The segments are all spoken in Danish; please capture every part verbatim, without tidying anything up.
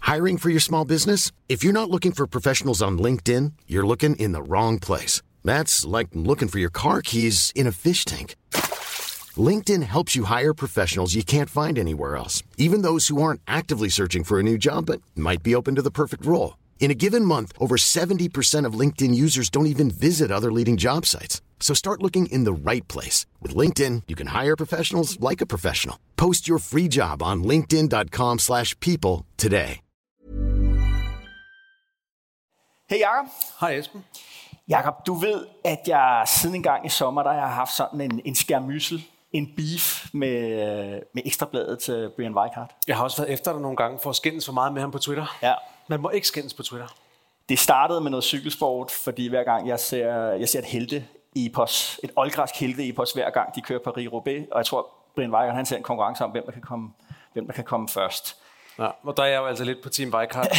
Hiring for your small business? If you're not looking for professionals on LinkedIn, you're looking in the wrong place. That's like looking for your car keys in a fish tank. LinkedIn helps you hire professionals you can't find anywhere else, even those who aren't actively searching for a new job but might be open to the perfect role. In a given month, over seventy percent of LinkedIn users don't even visit other leading job sites. So start looking in the right place. With LinkedIn, you can hire professionals like a professional. Post your free job on linkedin dot com slash people today. Hey Jacob. Hej Esben. Jacob, du ved, at jeg siden en gang i sommer, der har jeg haft sådan en, en skærmyssel, en beef med, med Ekstrabladet til Brian Weikart. Jeg har også været efter dig nogle gange for at skændes for meget med ham på Twitter. Ja. Man må ikke skændes på Twitter. Det startede med noget cykelsport, fordi hver gang jeg ser, jeg ser et helte epos, et oldgræsk helte epos, hver gang de kører Paris-Roubaix, og jeg tror, Brian Weikart, han ser en konkurrence om, hvem der kan komme, hvem der kan komme først. Ja, og der er jeg jo altså lidt på Team Weikart.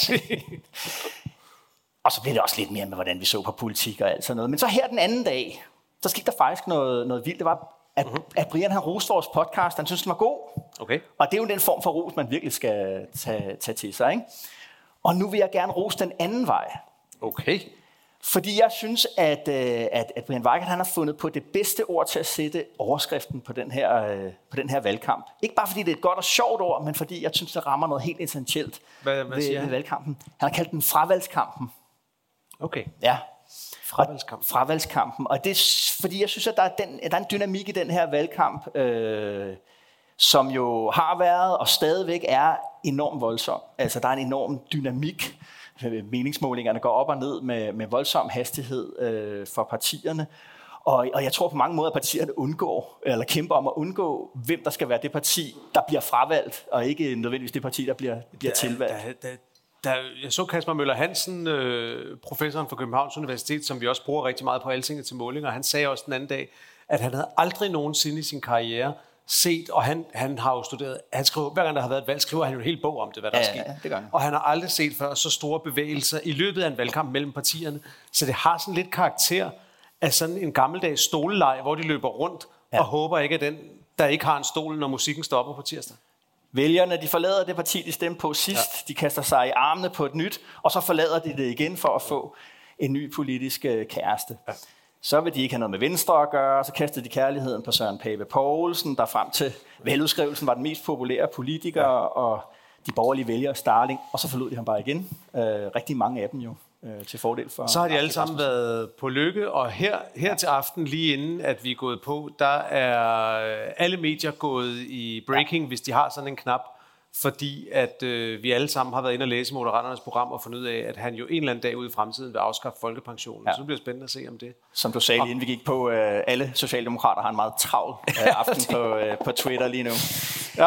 Og så blev det også lidt mere med, hvordan vi så på politik og alt sådan noget. Men så her den anden dag, så skete der faktisk noget, noget vildt. Det var, at, mm-hmm. at Brian han roste vores podcast. Han synes den var god. Okay. Og det er jo den form for ros, man virkelig skal tage, tage til sig. Ikke? Og nu vil jeg gerne rose den anden vej. Okay. Fordi jeg synes, at, at, at Brian Weikart han har fundet på det bedste ord til at sætte overskriften på den her, på den her valgkamp. Ikke bare fordi det er et godt og sjovt ord, men fordi jeg synes, det rammer noget helt essentielt hvad, hvad ved, ved valgkampen. Han har kaldt den fravalgskampen. Okay. Ja. Fravalgskampen. Fravalgskampen. Og det er, fordi jeg synes, at der er, den, der er en dynamik i den her valgkamp, øh, som jo har været og stadigvæk er enormt voldsom. Altså, der er en enorm dynamik. Meningsmålingerne går op og ned med, med voldsom hastighed øh, for partierne. Og, og jeg tror på mange måder, at partierne undgår, eller kæmper om at undgå, hvem der skal være det parti, der bliver fravalgt, og ikke nødvendigvis det parti, der bliver, bliver da, tilvalgt. Da, da, da, jeg så Kasper Møller Hansen, øh, professoren fra Københavns Universitet, som vi også bruger rigtig meget på Altinget til målinger, han sagde også den anden dag, at han havde aldrig nogensinde i sin karriere set, og han, han har jo studeret, han skriver, hver gang der har været et valg, skriver han jo en hel bog om det, hvad der ja, er sket. Ja, det gør han. Og han har aldrig set før så store bevægelser i løbet af en valgkamp mellem partierne, så det har sådan lidt karakter af sådan en gammeldags stoleleg, hvor de løber rundt ja. og håber ikke, at den, der ikke har en stol, når musikken stopper på tirsdag. Vælgerne, de forlader det parti, de stemte på sidst, ja. de kaster sig i armene på et nyt, og så forlader de det igen for at få en ny politisk kæreste. Ja. Så vil de ikke have noget med Venstre at gøre, så kastede de kærligheden på Søren Pape Poulsen, der frem til valgudskrivelsen var den mest populære politiker, ja. og de borgerlige vælgere Starling, og så forlod de ham bare igen. Øh, rigtig mange af dem jo, øh, til fordel for... Så har de alle sammen været på Lykke, og her, her til aften, lige inden at vi er gået på, der er alle medier gået i breaking, ja. hvis de har sådan en knap, fordi at øh, vi alle sammen har været inde og læse Moderaternes program og fundet ud af, at han jo en eller anden dag ude i fremtiden vil afskaffe folkepensionen. Ja. Så det bliver spændende at se om det. Som du sagde lige inden vi gik på, øh, alle socialdemokrater har en meget travl øh, aften på, øh, på Twitter lige nu. Ja.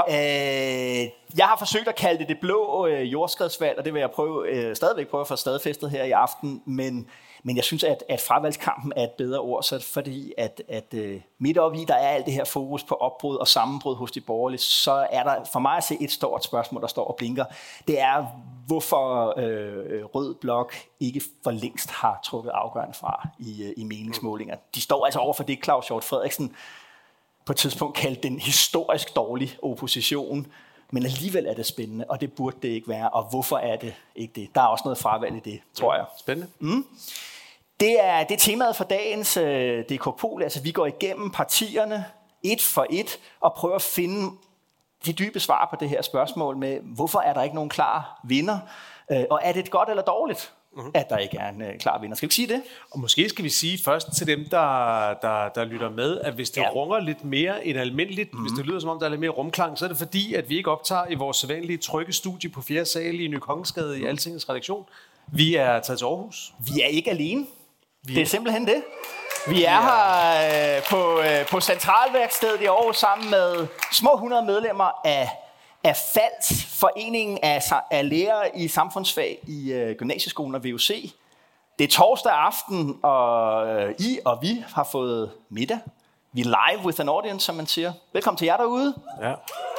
Øh, jeg har forsøgt at kalde det det blå øh, jordskredsvalg, og det vil jeg prøve, øh, stadigvæk prøve at få stadfæstet her i aften, men Men jeg synes, at, at fravalgskampen er et bedre ord, så fordi at, at uh, midt oppe i, der er alt det her fokus på opbrud og sammenbrud hos de borgerlige, så er der for mig at se et stort spørgsmål, der står og blinker. Det er, hvorfor øh, Rød Blok ikke for længst har trukket afgørende fra i, uh, i meningsmålinger. De står altså over for det, Claus Hjort Frederiksen på et tidspunkt kaldte den historisk dårlig opposition. Men alligevel er det spændende, og det burde det ikke være. Og hvorfor er det ikke det? Der er også noget fravalg i det, tror jeg. Spændende. Mm. Det er, det er temaet for dagens øh, D K-pol. Altså, vi går igennem partierne et for et og prøver at finde de dybe svar på det her spørgsmål med, hvorfor er der ikke nogen klar vinder? Øh, og er det godt eller dårligt, mm-hmm. at der ikke er en øh, klar vinder? Skal vi sige det? Og måske skal vi sige først til dem, der, der, der lytter med, at hvis det ja. runger lidt mere end almindeligt, mm-hmm. hvis det lyder som om, der er lidt mere rumklang, så er det fordi, at vi ikke optager i vores sædvanlige trygge studie på fjerde sal i Ny Kongensgade i Altingets redaktion. Vi er taget til Aarhus. Vi er ikke alene. Vi det er simpelthen det. Vi er her øh, på, øh, på Centralværkstedet i Aarhus sammen med små hundrede medlemmer af, af F A L S, Foreningen af, af Lærere i Samfundsfag i øh, Gymnasieskolen og V U C. Det er torsdag aften, og øh, I og vi har fået middag. Vi er live with an audience, som man siger. Velkommen til jer derude. Ja.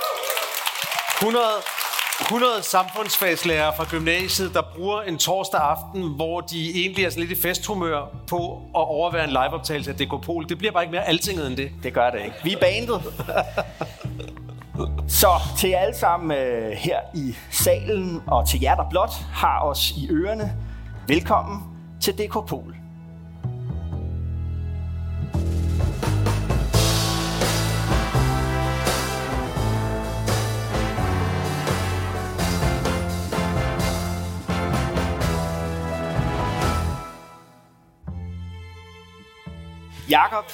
hundrede hundrede samfundsfagslærere fra gymnasiet, der bruger en torsdag aften, hvor de egentlig er sådan lidt i festhumør på at overvære en liveoptagelse af D K-pol. Det bliver bare ikke mere Altinget end det. Det gør det ikke. Vi er bandet. Så til jer alle sammen øh, her i salen, og til jer, der blot har os i ørerne, velkommen til D K Pol. Jakob,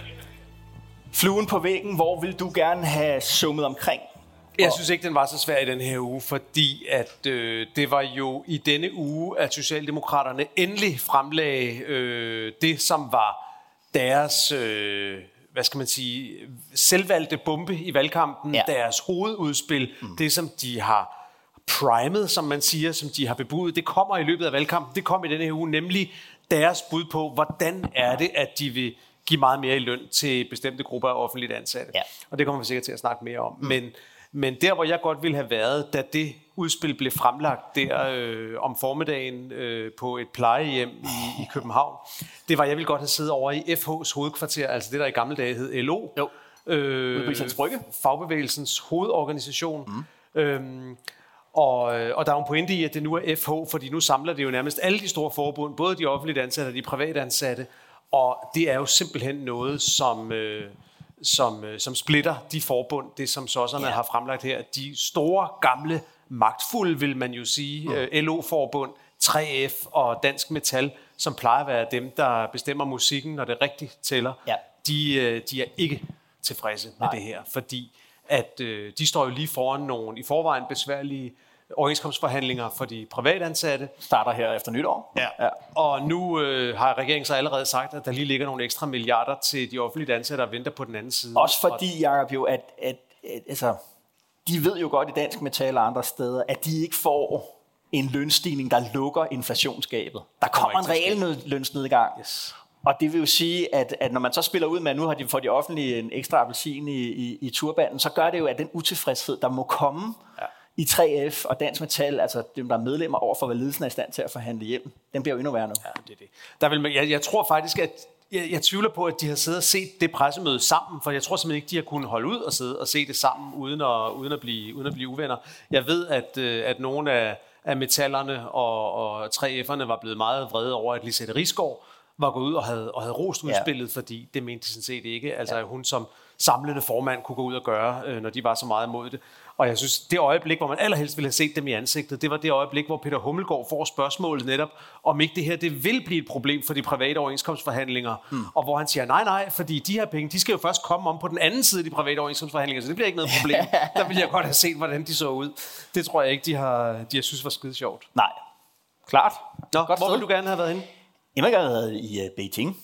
fluen på væggen, hvor vil du gerne have summet omkring? Jeg synes ikke, den var så svær i den her uge, fordi at øh, det var jo i denne uge, at Socialdemokraterne endelig fremlagde øh, det, som var deres, øh, hvad skal man sige, selvvalgte bombe i valgkampen, ja. Deres hovedudspil, mm. det som de har primet, som man siger, som de har bebudet, det kommer i løbet af valgkampen, det kom i denne her uge, nemlig deres bud på, hvordan er det, at de vil give meget mere i løn til bestemte grupper af offentligt ansatte. Ja. Og det kommer vi sikkert til at snakke mere om. Mm. Men, men der, hvor jeg godt ville have været, da det udspil blev fremlagt der øh, om formiddagen øh, på et plejehjem i, i København, det var, jeg ville godt have siddet over i F H's hovedkvarter, altså det, der i gamle dage hed L O. Jo. Øh, fagbevægelsens hovedorganisation. Mm. Øhm, Og, og der er jo en pointe i, at det nu er F H, fordi nu samler det jo nærmest alle de store forbund, både de offentligt ansatte og de private ansatte, og det er jo simpelthen noget, som, øh, som, øh, som splitter de forbund, det som sosserne ja. har fremlagt her. De store, gamle, magtfulde, vil man jo sige, mm. øh, L O-forbund, tre F og Dansk Metal, som plejer at være dem, der bestemmer musikken, når det rigtigt tæller, ja. de, øh, de er ikke tilfredse med Nej. det her, fordi at øh, de står jo lige foran nogle i forvejen besværlige overenskomstforhandlinger for de privatansatte. Starter her efter nytår. Ja. ja. Og nu øh, har regeringen så allerede sagt, at der lige ligger nogle ekstra milliarder til de offentlige ansatte, der venter på den anden side. Også fordi, Jacob, jo, at, at, at altså, de ved jo godt i Dansk Metal og andre steder, at de ikke får en lønstigning, der lukker inflationsgabet. Der kommer en reel lønsnedgang. Yes. Og det vil jo sige, at, at når man så spiller ud med, at nu har de fået de offentlige en ekstra appelsin i, i, i turbanen, så gør det jo, at den utilfredshed, der må komme ja. i tre F og Dansk Metal, altså dem, der er medlemmer over for, hvad ledelsen er i stand til at forhandle hjem, den bliver jo endnu værre nu. Ja, det er det. Der vil, jeg, jeg tror faktisk, at jeg, jeg tvivler på, at de har siddet og set det pressemøde sammen, for jeg tror simpelthen ikke, de har kunnet holde ud og sidde og se det sammen, uden at, uden at, blive, uden at blive uvenner. Jeg ved, at, at nogle af, af metallerne og, og tre F'erne var blevet meget vrede over, at Lisette Risgaard var gået ud og havde, og havde rost udspillet, ja. fordi det mente de sådan set ikke. Altså ja. hun som samlende formand kunne gå ud og gøre, øh, når de var så meget imod det. Og jeg synes, det øjeblik, hvor man allerhelst ville have set dem i ansigtet, det var det øjeblik, hvor Peter Hummelgaard får spørgsmålet netop, om ikke det her det vil blive et problem for de private overenskomstforhandlinger. Hmm. Og hvor han siger, nej, nej, fordi de her penge, de skal jo først komme om på den anden side af de private overenskomstforhandlinger, så det bliver ikke noget problem. Der ville jeg godt have set, hvordan de så ud. Det tror jeg ikke, de har, de har synes var skide sjovt. Nej, klart. Nå, godt hvor vil du gerne have været henne? Jeg vil gerne have været i uh, Beijing.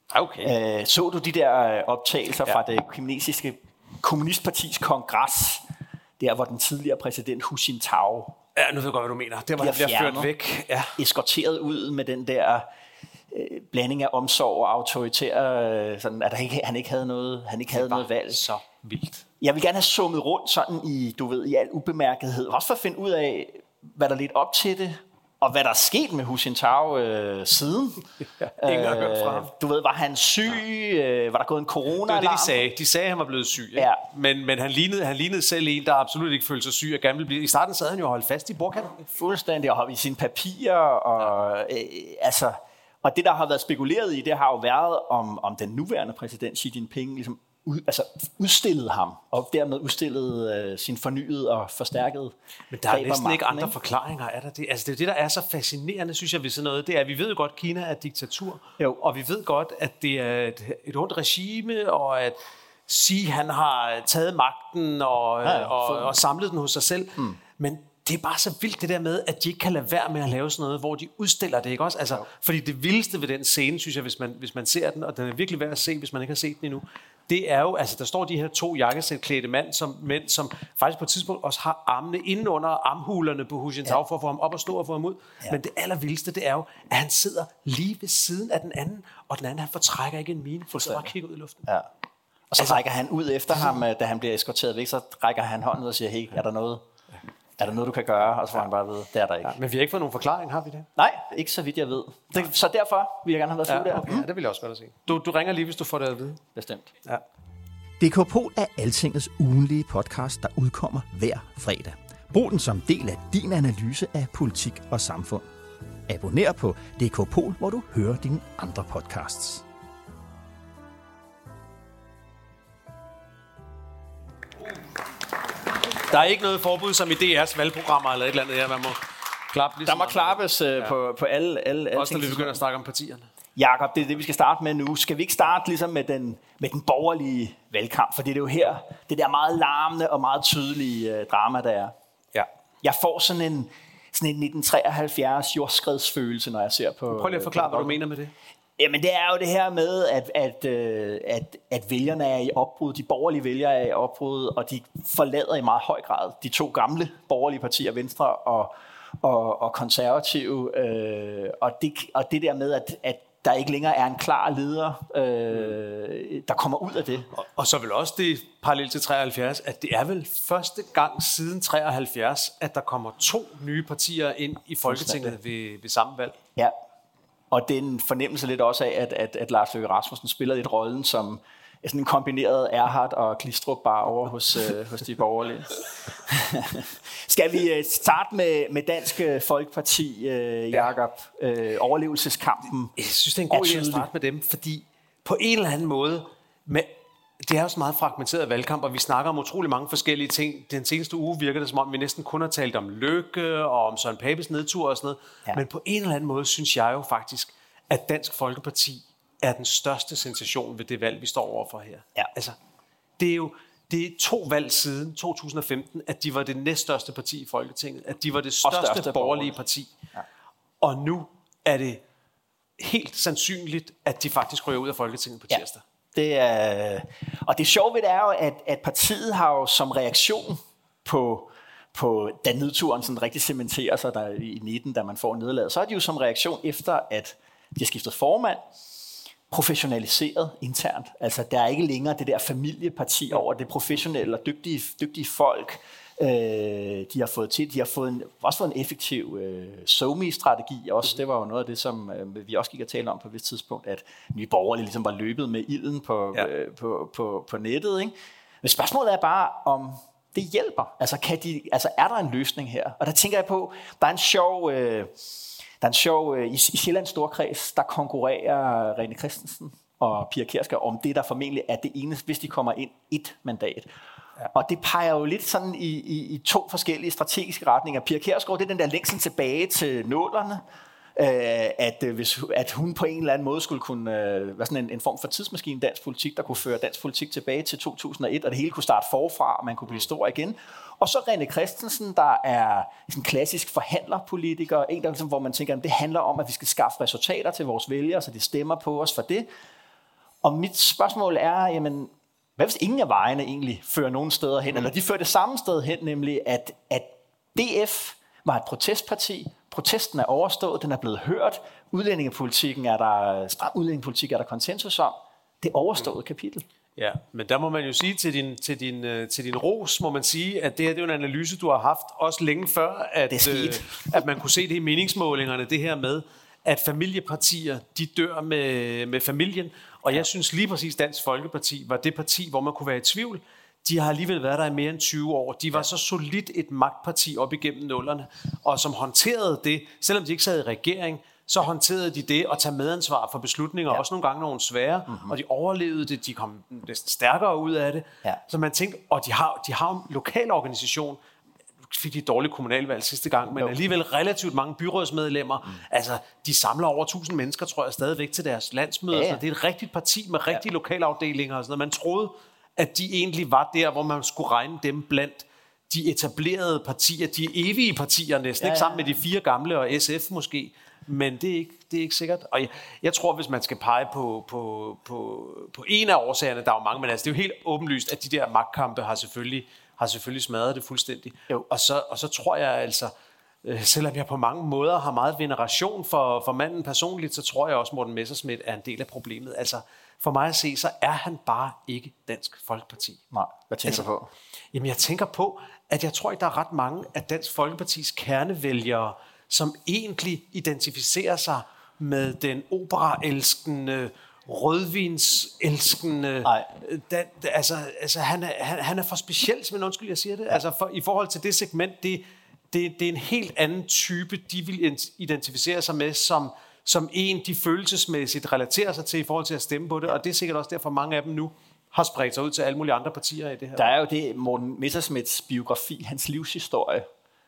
Okay. Uh, så du de der optagelser ja. fra det kinesiske kommunistpartis kongres, der hvor den tidligere præsident Hu Jintao ja, nu ved jeg godt, hvad du mener. Det var, bliver ført væk. Ja. Eskorteret ud med den der øh, blanding af omsorg og autoritær, øh, sådan, at han ikke, han ikke havde noget, han ikke havde noget valg. Så vildt. Jeg vil gerne have summet rundt sådan i, du ved, i al ubemærkethed. Også for at finde ud af, hvad der lidt op til det, og hvad der er sket med Hu Jintao øh, siden. Ja, ingen har hørt fra ham. Du ved, var han syg? Øh, var der gået en corona-alarm? Det var det, de sagde. De sagde, at han var blevet syg. Ja. Men, men han, lignede, han lignede selv en, der absolut ikke følte sig syg og gerne ville blive. I starten sad han jo holdt fast i bordkanten. Fuldstændig, og i sine papirer. Og, ja. øh, altså, og det, der har været spekuleret i, det har jo været, om, om den nuværende præsident Xi Jinping ligesom ud, altså udstillede ham, og dermed udstillede øh, sin fornyede og forstærkede. Men der er næsten magten, ikke andre ikke? forklaringer, er der det? Altså det er det, der er så fascinerende, synes jeg, ved sådan noget. Det er, at vi ved jo godt, at Kina er et diktatur, jo. og vi ved godt, at det er et, et ondt regime, og at Xi, han har taget magten og, ja, ja, og, og samlet den hos sig selv. Mm. Men det er bare så vildt det der med, at de ikke kan lade være med at lave sådan noget, hvor de udstiller det, ikke også? Altså, fordi det vildeste ved den scene, synes jeg, hvis man, hvis man ser den, og den er virkelig værd at se, hvis man ikke har set den endnu, det er jo, altså der står de her to jakkesætklædte mænd, som, mænd, som faktisk på et tidspunkt også har armene inde under armhulerne på Hu Jintao, ja. for at få ham op og stå og få ham ud. Ja. Men det allervildeste, det er jo, at han sidder lige ved siden af den anden, og den anden, han fortrækker ikke en mine, for så bare kigger ud i luften. Ja. Og så altså, rækker han ud efter ham, da han bliver eskorteret væk, så rækker han hånden ud og siger, hey, er der noget? Er der noget, du kan gøre? Og så får han bare ved, det er der ikke. Ja, men vi har ikke fået nogen forklaring, har vi det? Nej, ikke så vidt jeg ved. Det, så derfor vil jeg gerne have været ja, flue der. Okay. Ja, det vil jeg også godt at se. Du, du ringer lige, hvis du får det at vide. Bestemt. Ja. D K Pol er Altingets ugenlige podcast, der udkommer hver fredag. Brug den som del af din analyse af politik og samfund. Abonner på D K Pol, hvor du hører dine andre podcasts. Der er ikke noget forbud som i D R's valgprogrammer eller et eller andet her, man må klappe ligesom. Der må klappes uh, ja. på, på alle, alle, alle også når vi begynder at snakke om partierne. Jakob, det er det, vi skal starte med nu. Skal vi ikke starte ligesom med den, med den borgerlige valgkamp? For det er jo her, det der meget larmende og meget tydelige uh, drama, der er. Ja. Jeg får sådan en, sådan en nitten treoghalvfjerds jordskredsfølelse, når jeg ser på... Prøv lige at forklare, hvad du mener med det. Jamen, det er jo det her med, at, at, at, at vælgerne er i opbrud, de borgerlige vælgere er i opbrud, og de forlader i meget høj grad de to gamle borgerlige partier, Venstre og, og, og Konservative. Øh, og, det, og det der med, at, at der ikke længere er en klar leder, øh, der kommer ud af det. Og, og så vel også det parallelt til treoghalvfjerds, at det er vel første gang siden treoghalvfjerds, at der kommer to nye partier ind i Folketinget ved, ved samme valg. Ja. Og det er en fornemmelse lidt også af, at, at, at Lars Løkke Rasmussen spiller lidt rollen som sådan en kombineret Erhard og Glistrup bare over hos, øh, hos de borgerlige. Skal vi starte med, med Dansk Folkeparti, øh, Jakob? Øh, overlevelseskampen. Jeg synes, det er en god idé at starte med dem, fordi på en eller anden måde, med, det er jo så meget fragmenteret valgkamp, og vi snakker om utrolig mange forskellige ting. Den seneste uge virker det, som om vi næsten kun har talt om Løkke og om Søren Papes nedtur og sådan noget. Ja. Men på en eller anden måde synes jeg jo faktisk, at Dansk Folkeparti er den største sensation ved det valg, vi står overfor her. Ja. Altså, det er jo det er to valg siden to tusind og femten, at de var det næststørste parti i Folketinget, at de var det største, største borgerlige parti. Ja. Og nu er det helt sandsynligt, at de faktisk ryger ud af Folketinget på tirsdag. Ja. Det er, og det sjove ved det er jo, at, at partiet har jo som reaktion på, på da nedturen sådan rigtig cementerer sig der i nitten, da man får nederlaget, så er de jo som reaktion efter, at de har skiftet formand, professionaliseret internt. Altså, der er ikke længere det der familieparti over det professionelle og dygtige, dygtige folk, øh, de har fået til. De har fået en, også fået en effektiv øh, SoMe-strategi også. Det var jo noget af det, som øh, vi også gik og tale om på et vist tidspunkt, at Nye Borgerlige ligesom var løbet med ilden på, ja. øh, på, på, på nettet. Ikke? Men spørgsmålet er bare, om det hjælper. Altså, kan de, altså, er der en løsning her? Og der tænker jeg på, der er en sjov... Øh, Der er en sjov, i, i Sjællands Storkreds, der konkurrerer René Christensen og Pia Kjærsgaard om det, der formentlig er det eneste, hvis de kommer ind et mandat. Ja. Og det peger jo lidt sådan i, i, i to forskellige strategiske retninger. Pia Kjærsgaard, det er den der længsel tilbage til nålerne, øh, at, hvis, at hun på en eller anden måde skulle kunne øh, være sådan en, en form for tidsmaskine i dansk politik, der kunne føre dansk politik tilbage til to tusind og et, og det hele kunne starte forfra, og man kunne blive stor igen. Og så René Christensen, der er en klassisk forhandlerpolitiker, en der, hvor man tænker, at det handler om, at vi skal skaffe resultater til vores vælgere, så de stemmer på os for det. Og mit spørgsmål er, jamen, hvad hvis ingen af vejene egentlig fører nogen steder hen, eller de fører det samme sted hen, nemlig at, at D F var et protestparti, protesten er overstået, den er blevet hørt, udlændingepolitikken er der, stram udlændingepolitik er der konsensus om, det overståede kapitel. Ja, men der må man jo sige til din, til din, til din ros, må man sige, at det her det er jo en analyse, du har haft også længe før, at, øh, at man kunne se det i meningsmålingerne, det her med, at familiepartier, de dør med, med familien, og jeg synes lige præcis Dansk Folkeparti var det parti, hvor man kunne være i tvivl. De har alligevel været der i mere end tyve år. De var så solidt et magtparti op igennem nullerne, og som håndterede det, selvom de ikke sad i regering, så håndterede de det og tage medansvar for beslutninger, ja. Også nogle gange nogle svære, mm-hmm. og de overlevede det, de kom næsten stærkere ud af det. Ja. Så man tænkte, og de har, de har en lokal organisation, fik de et dårligt kommunalvalg sidste gang, men jo. Alligevel relativt mange byrådsmedlemmer, mm. altså de samler over tusind mennesker, tror jeg, stadigvæk til deres landsmøder, ja, ja. Så det er et rigtigt parti med rigtige ja. Lokalafdelinger og sådan noget. Man troede, at de egentlig var der, hvor man skulle regne dem blandt de etablerede partier, de evige partier næsten, ja, ja. Ikke sammen med de fire gamle og S F måske. Men det er ikke, det er ikke sikkert. Og jeg, jeg tror, hvis man skal pege på, på, på, på en af årsagerne, der er jo mange, men altså, det er jo helt åbenlyst, at de der magtkampe har selvfølgelig, har selvfølgelig smadret det fuldstændig. Og så, og så tror jeg altså, øh, selvom jeg på mange måder har meget veneration for, for manden personligt, så tror jeg også, at Morten Messerschmidt er en del af problemet. Altså, for mig at se, så er han bare ikke Dansk Folkeparti. Nej, hvad tænker altså, du på? Jamen, jeg tænker på, at jeg tror ikke, der er ret mange af Dansk Folkepartis kernevælgere, som egentlig identificerer sig med den operaelskende, rødvinselskende. Da, da, altså, altså han, er, han, han er for speciel, men undskyld, jeg siger det. Ja. Altså for, i forhold til det segment, det, det, det er en helt anden type, de vil identificere sig med, som, som en, de følelsesmæssigt relaterer sig til i forhold til at stemme på det, og det er sikkert også derfor, mange af dem nu har spredt sig ud til alle mulige andre partier i det her. Der er jo det, Morten Messerschmidts biografi, hans livshistorie,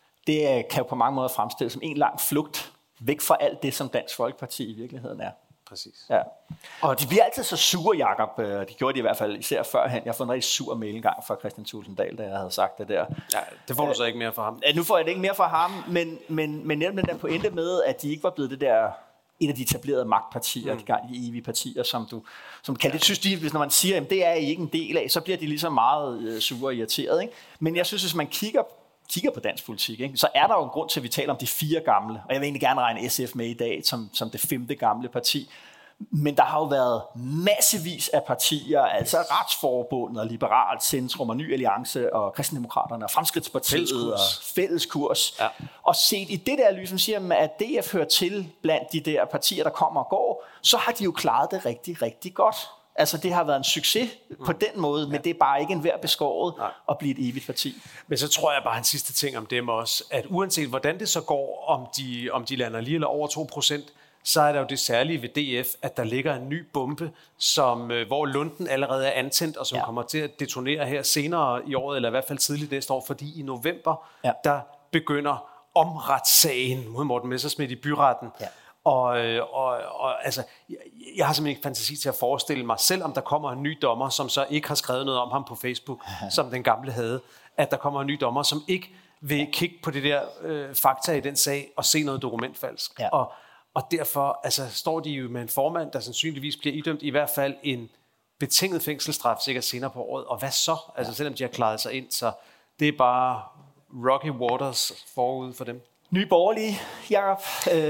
det kan jo på mange måder fremstilles som en lang flugt væk fra alt det, som Dansk Folkeparti i virkeligheden er. Præcis. Ja. Og de bliver altid så sure, Jacob. Det gjorde de i hvert fald især førhen. Jeg har fået en rigtig sur mail engang fra Christian Thulesen Dahl, da jeg havde sagt det der. Ja, det får du så ikke mere fra ham. Nu får jeg det ikke mere fra ham, men, men, men netop den der pointe med, at de ikke var blevet det der et af de etablerede magtpartier, mm. de evige partier, som du som kan det synes de, hvis når man siger, at det er I ikke en del af, så bliver de ligesom meget øh, sure og irriteret. Ikke? Men jeg synes, hvis man kigger kigger på dansk politik, ikke? Så er der jo en grund til, at vi taler om de fire gamle, og jeg vil egentlig gerne regne S F med i dag som, som det femte gamle parti. Men der har jo været massevis af partier, altså Retsforbundet og Liberalt Centrum og Ny Alliance og Kristendemokraterne og Fremskridtspartiet Fælles og Fælles Kurs. Ja. Og set i det der lys, som siger, at D F hører til blandt de der partier, der kommer og går, så har de jo klaret det rigtig, rigtig godt. Altså det har været en succes på den måde, men ja. Det er bare ikke en hver beskåret Nej. At blive et evigt parti. Men så tror jeg bare en sidste ting om dem også, at uanset hvordan det så går, om de, om de lander lige eller over to procent, så er der jo det særlige ved D F, at der ligger en ny bombe, som, hvor lunden allerede er antændt, og som ja. Kommer til at detonere her senere i året, eller i hvert fald tidligt næste år, fordi i november, ja. Der begynder omretssagen mod Morten Messerschmidt i byretten. Ja. Og, og, og altså, jeg, jeg har simpelthen ikke fantasi til at forestille mig, selvom der kommer en ny dommer, som så ikke har skrevet noget om ham på Facebook, som den gamle havde, at der kommer en ny dommer, som ikke vil kigge på det der øh, fakta i den sag og se noget dokumentfalsk. Ja. Og, og derfor altså, står de jo med en formand, der sandsynligvis bliver idømt i hvert fald en betinget fængselsstraf, sikkert senere på året. Og hvad så? Altså, selvom de har klaret sig ind, så det er bare rocky waters forud for dem. Nye Borgerlige, Jacob.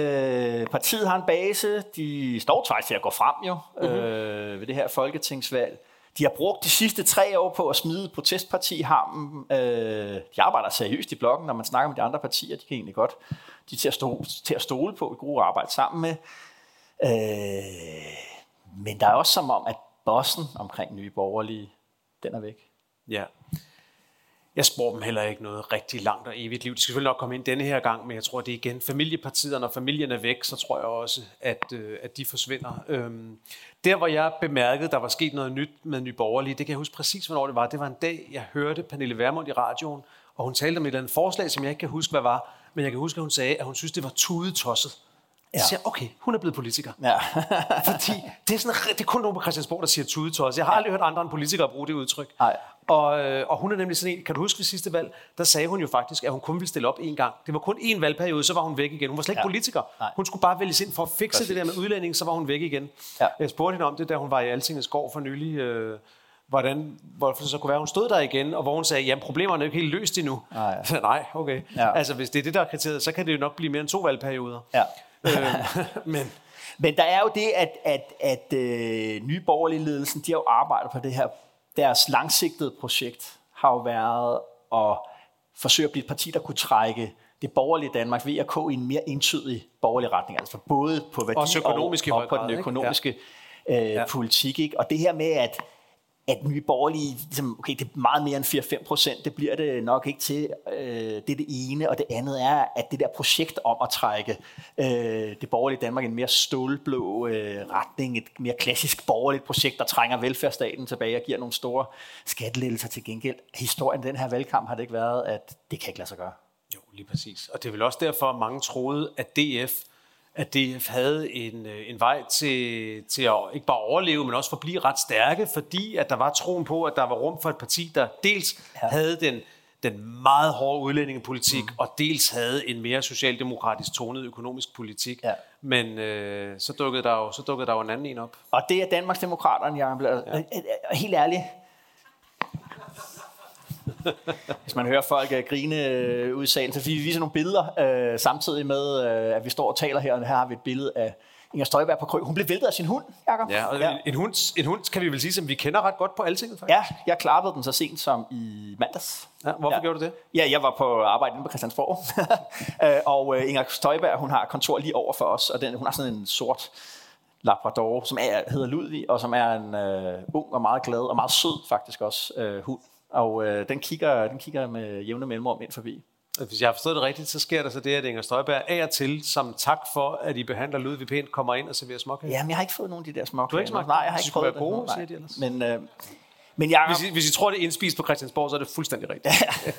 Øh, partiet har en base. De står faktisk til at gå frem jo mm-hmm. øh, ved det her folketingsvalg. De har brugt de sidste tre år på at smide protestparti-hammen. Øh, de arbejder seriøst i blokken, når man snakker med de andre partier. De kan egentlig godt. De er til at, stå, til at stole på, i gode arbejde sammen med. Øh, men der er også som om, at bossen omkring Nye Borgerlige, den er væk. Ja. Jeg spår dem heller ikke noget rigtig langt og evigt liv. De skal selvfølgelig nok komme ind denne her gang, men jeg tror, det er igen familiepartiet, når familien er væk, så tror jeg også, at, øh, at de forsvinder. Øhm, der, hvor jeg bemærkede, der var sket noget nyt med Nye Borgerlige, det kan jeg huske præcis, hvornår det var. Det var en dag, jeg hørte Pernille Vermund i radioen, og hun talte om et eller andet forslag, som jeg ikke kan huske, hvad var, men jeg kan huske, at hun sagde, at hun synes, det var tudetosset. Jeg siger, okay, hun er blevet politiker. Ja. Fordi det er, sådan, det er kun nogen på Christiansborg, der siger tudetosset. Jeg har aldrig hørt andre end politikere bruge det udtryk. Nej. Og, og hun er nemlig sådan en, kan du huske ved sidste valg, der sagde hun jo faktisk, at hun kun ville stille op én gang. Det var kun én valgperiode, så var hun væk igen. Hun var slet ikke ja. Politiker. Nej. Hun skulle bare vælges ind for at fikse Præcis. Det der med udlænding, så var hun væk igen. Ja. Jeg spurgte hende om det, da hun var i Altingets gård for nylig, øh, hvordan, hvorfor det så kunne være, hun stod der igen, og hvor hun sagde, jamen problemerne er jo ikke helt løst endnu. Nej, ja. Nej okay. Ja. Altså hvis det er det, der er kriteriet, så kan det jo nok blive mere end to valgperioder. Ja. øh, men... men der er jo det, at, at, at øh, Nye Borgerlige ledelsen, de har jo arbejdet på det her. Deres langsigtede projekt har jo været at forsøge at blive et parti, der kunne trække det borgerlige Danmark, V og K, i en mere entydig borgerlig retning. Altså både på værdi og, og på den økonomiske ja. øh, ja. politik. Ikke? Og det her med, at at Nye Borgerlige, ligesom, okay, det er meget mere end fire til fem procent, det bliver det nok ikke til. Øh, det er det ene, og det andet er, at det der projekt om at trække øh, det borgerlige Danmark i en mere stålblå øh, retning, et mere klassisk borgerligt projekt, der trænger velfærdsstaten tilbage og giver nogle store skattelettelser til gengæld. Historien den her valgkamp har det ikke været, at det kan ikke lade sig gøre. Jo, lige præcis. Og det er vel også derfor, at mange troede, at D F at D F havde en, en vej til, til at ikke bare overleve, men også forblive ret stærke, fordi at der var troen på, at der var rum for et parti, der dels ja. havde den, den meget hårde udlændingepolitik, mm. og dels havde en mere socialdemokratisk tonet økonomisk politik. Ja. Men øh, så, dukkede der jo, så dukkede der jo en anden en op. Og det er Danmarksdemokraterne, jeg er ja. helt ærlig. Hvis man hører folk uh, grine uh, ud i salen, så vi viser nogle billeder, uh, samtidig med, uh, at vi står og taler her, og her har vi et billede af Inger Støjberg på Krø. Hun blev væltet af sin hund, Jacob. Ja, og ja. En, hund, en hund kan vi vel sige, som vi kender ret godt på Altinget, faktisk. Ja, jeg klappede den så sent som i mandags. Ja, hvorfor ja. gjorde du det? Ja, jeg var på arbejde inde på Christiansborg, uh, og uh, Inger Støjberg, hun har kontor lige over for os, og den, hun har sådan en sort labrador, som er, hedder Ludvig, og som er en øh, ung og meget glad og meget sød faktisk også øh, hund. Og øh, den, kigger, den kigger med jævne mellemrum ind forbi. Hvis jeg har forstået det rigtigt, så sker der så det, at Inger Støjberg af og til, som tak for, at I behandler Ludvig pænt, kommer ind og serverer småkager. Jamen, jeg har ikke fået nogen af de der småkager. Du har ikke smagt? Nej, jeg har de ikke prøvet det. Gode, siger de ellers. Men, øh, men jeg... hvis, I, hvis I tror, det er indspist på Christiansborg, så er det fuldstændig rigtigt.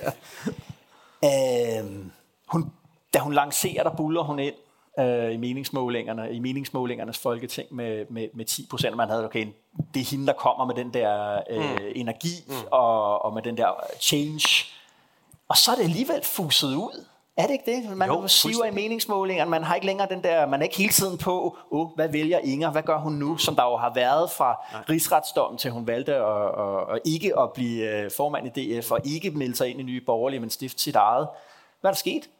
øh, hun, da hun lancerer, der buller hun ind øh, i meningsmålingerne, i meningsmålingernes folketing med, med, med ti procent. Man havde, okay, det er hende, der kommer med den der øh, mm. energi mm. Og, og med den der change. Og så er det alligevel fuset ud. Er det ikke det? Man jo, siver i meningsmålingerne, man har ikke længere den der, man er ikke hele tiden på, oh, hvad vælger Inger, hvad gør hun nu, som der jo har været fra Nej. rigsretsdommen til hun valgte at, at, at ikke at blive formand i D F, og ikke melde sig ind i Nye Borgerlige, men stifte sit eget. Hvad er der sket?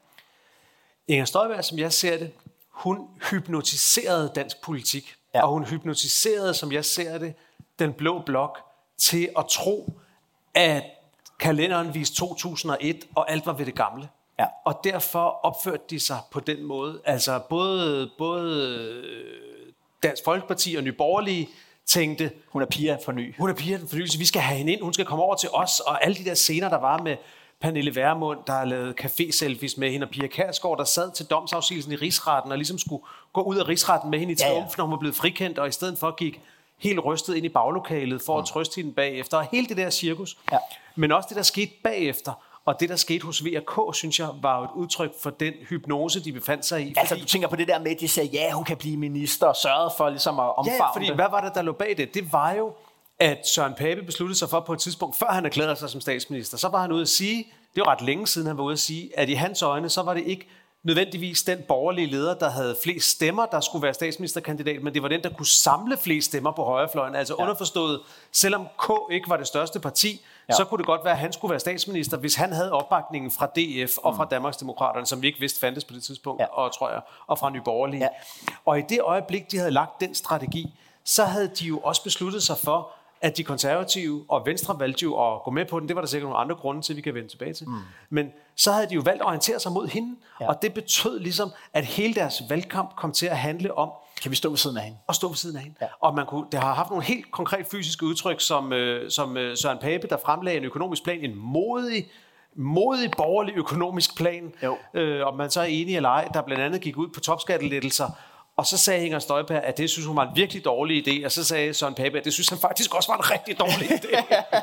Inger Støjberg, som jeg ser det, hun hypnotiserede dansk politik, ja. Og hun hypnotiserede, som jeg ser det, den blå blok til at tro, at kalenderen viste to tusind og et, og alt var ved det gamle. Ja. Og derfor opførte de sig på den måde. Altså både, både Dansk Folkeparti og Nye Borgerlige tænkte, hun er Pia for ny. Hun er Pia for fornyelse. Vi skal have hende ind. Hun skal komme over til os. Og alle de der scener, der var med Pernille Vermund, der har lavet café-selfies med hende, og Pia Kjærsgaard, der sad til domsafsigelsen i rigsretten og ligesom skulle gå ud af rigsretten med hende i triumf, ja, ja. Når hun var blevet frikendt, og i stedet for gik helt rystet ind i baglokalet for mm. at trøste hende bagefter. Og hele det der cirkus. Ja. Men også det, der skete bagefter. Og det, der skete hos V og K, synes jeg, var et udtryk for den hypnose, de befandt sig i. Altså, du tænker på det der med, at de sagde, ja, hun kan blive minister, og sørgede for ligesom at omfavne. Ja, fordi det. Hvad var det, der lå bag det? Det var jo, at Søren Pape besluttede sig for på et tidspunkt, før han erklærede sig som statsminister, så var han ude at sige, det var ret længe siden, han var ude at sige, at i hans øjne, så var det ikke nødvendigvis den borgerlige leder, der havde flest stemmer, der skulle være statsministerkandidat, men det var den, der kunne samle flest stemmer på højrefløjen. Altså ja. Underforstået, selvom K ikke var det største parti, ja. Så kunne det godt være, at han skulle være statsminister, hvis han havde opbakningen fra D F og fra Danmarksdemokraterne, som vi ikke vidste fandtes på det tidspunkt, ja. og, tror jeg, og fra Nye Borgerlige. Ja. Og i det øjeblik, de havde lagt den strategi, så havde de jo også besluttet sig for, at de konservative og Venstre valgte jo at gå med på den. Det var der sikkert nogle andre grunde til, vi kan vende tilbage til. Mm. Men så havde de jo valgt at orientere sig mod hende, ja. Og det betød ligesom, at hele deres valgkamp kom til at handle om, kan vi stå ved siden af hende? Og stå ved siden af hende. Ja. Og man kunne, det har haft nogle helt konkret fysiske udtryk, som, øh, som øh, Søren Pape, der fremlagde en økonomisk plan, en modig, modig borgerlig økonomisk plan, øh, om man så er enig eller ej, der blandt andet gik ud på topskattelettelser. Og så sagde Inger Støjberg, at det synes hun var en virkelig dårlig idé, og så sagde Søren Pape, at det synes han faktisk også var en rigtig dårlig idé.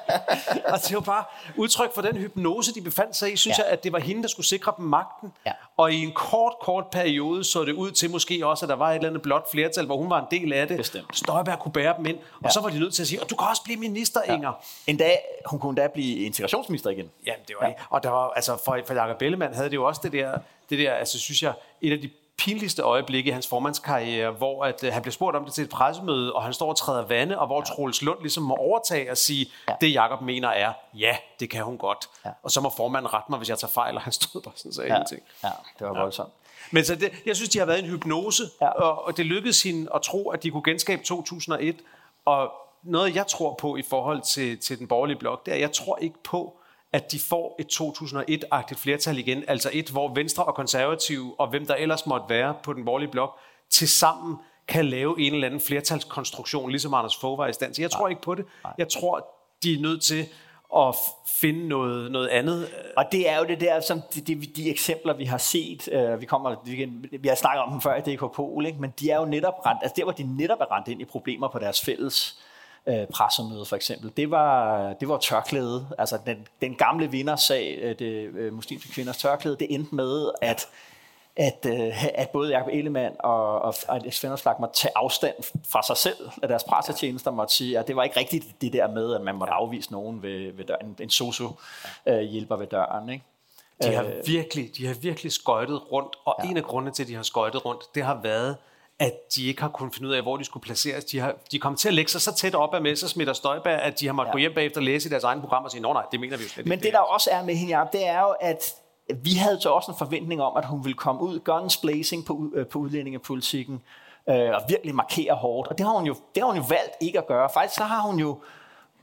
Og det var bare udtryk for den hypnose, de befandt sig i, synes ja. Jeg, at det var hende, der skulle sikre dem magten. Ja. Og i en kort, kort periode så det ud til måske også, at der var et eller andet blot flertal, hvor hun var en del af det. Bestemt. Støjberg kunne bære dem ind, og ja. Så var de nødt til at sige, og du kan også blive minister, ja. Inger. En dag, hun kunne da blive integrationsminister igen. Jamen, det var ja. Det. Og der var, altså, for, for Jakob Ellemann havde det jo også det der, det der, altså synes jeg, et af de pinligste øjeblik i hans formandskarriere, hvor at, uh, han blev spurgt om det til et pressemøde, og han står og træder vande, og hvor ja. Troels Lund ligesom må overtage og sige, ja. Det Jakob mener er, ja, det kan hun godt. Ja. Og så må formanden rette mig, hvis jeg tager fejl, og han stod bare sådan og sagde ja. ingenting. Ja, det var voldsomt. Ja. Men så det, jeg synes, de har været en hypnose, ja. og, og det lykkedes hende at tro, at de kunne genskabe to tusind og et. Og noget, jeg tror på i forhold til, til den borgerlige blok, det er, at jeg tror ikke på, at de får et to tusind og et-agtigt flertal igen, altså et, hvor Venstre og Konservative, og hvem der ellers måtte være på den borgerlige blok, tilsammen kan lave en eller anden flertalskonstruktion, ligesom Anders Fogh var i stand til. Jeg tror ikke på det. Jeg tror, de er nødt til at finde noget, noget andet. Og det er jo det der, som de, de, de eksempler, vi har set, øh, vi, kommer, vi, vi har snakket om dem før i D K Pol, ikke? Men de er jo netop rent, altså der, hvor de netop er rent ind i problemer på deres fælles Øh, pressemøde for eksempel. Det var, det var tørklæde. Altså den, den gamle vindersag, det øh, muslimske kvinders tørklæde, det endte med, at, at, øh, at både Jakob Ellemann og, og, og Svend Auksvang måtte tage afstand fra sig selv, at deres pressetjenester måtte sige, at det var ikke rigtigt det der med, at man måtte afvise nogen ved, ved døren, en sosu-hjælper øh, ved døren. Ikke? De har virkelig, de har virkelig skøjtet rundt, og ja. En af grundene til, at de har skøjtet rundt, det har været, at de ikke har kunnet finde ud af, hvor de skulle placeres. De, har, de kom til at lægge sig så tæt op af Messerschmidt og Støjberg, at de har måttet ja. Gå hjem bagefter og læse i deres egen program og sige, nå nej, det mener vi jo slet ikke. Men det, der også er med hende, det er jo, at vi havde så også en forventning om, at hun ville komme ud, guns blazing på, på udlændingepolitikken, øh, og virkelig markere hårdt. Og det har hun jo, det har hun jo valgt ikke at gøre. Faktisk så har hun jo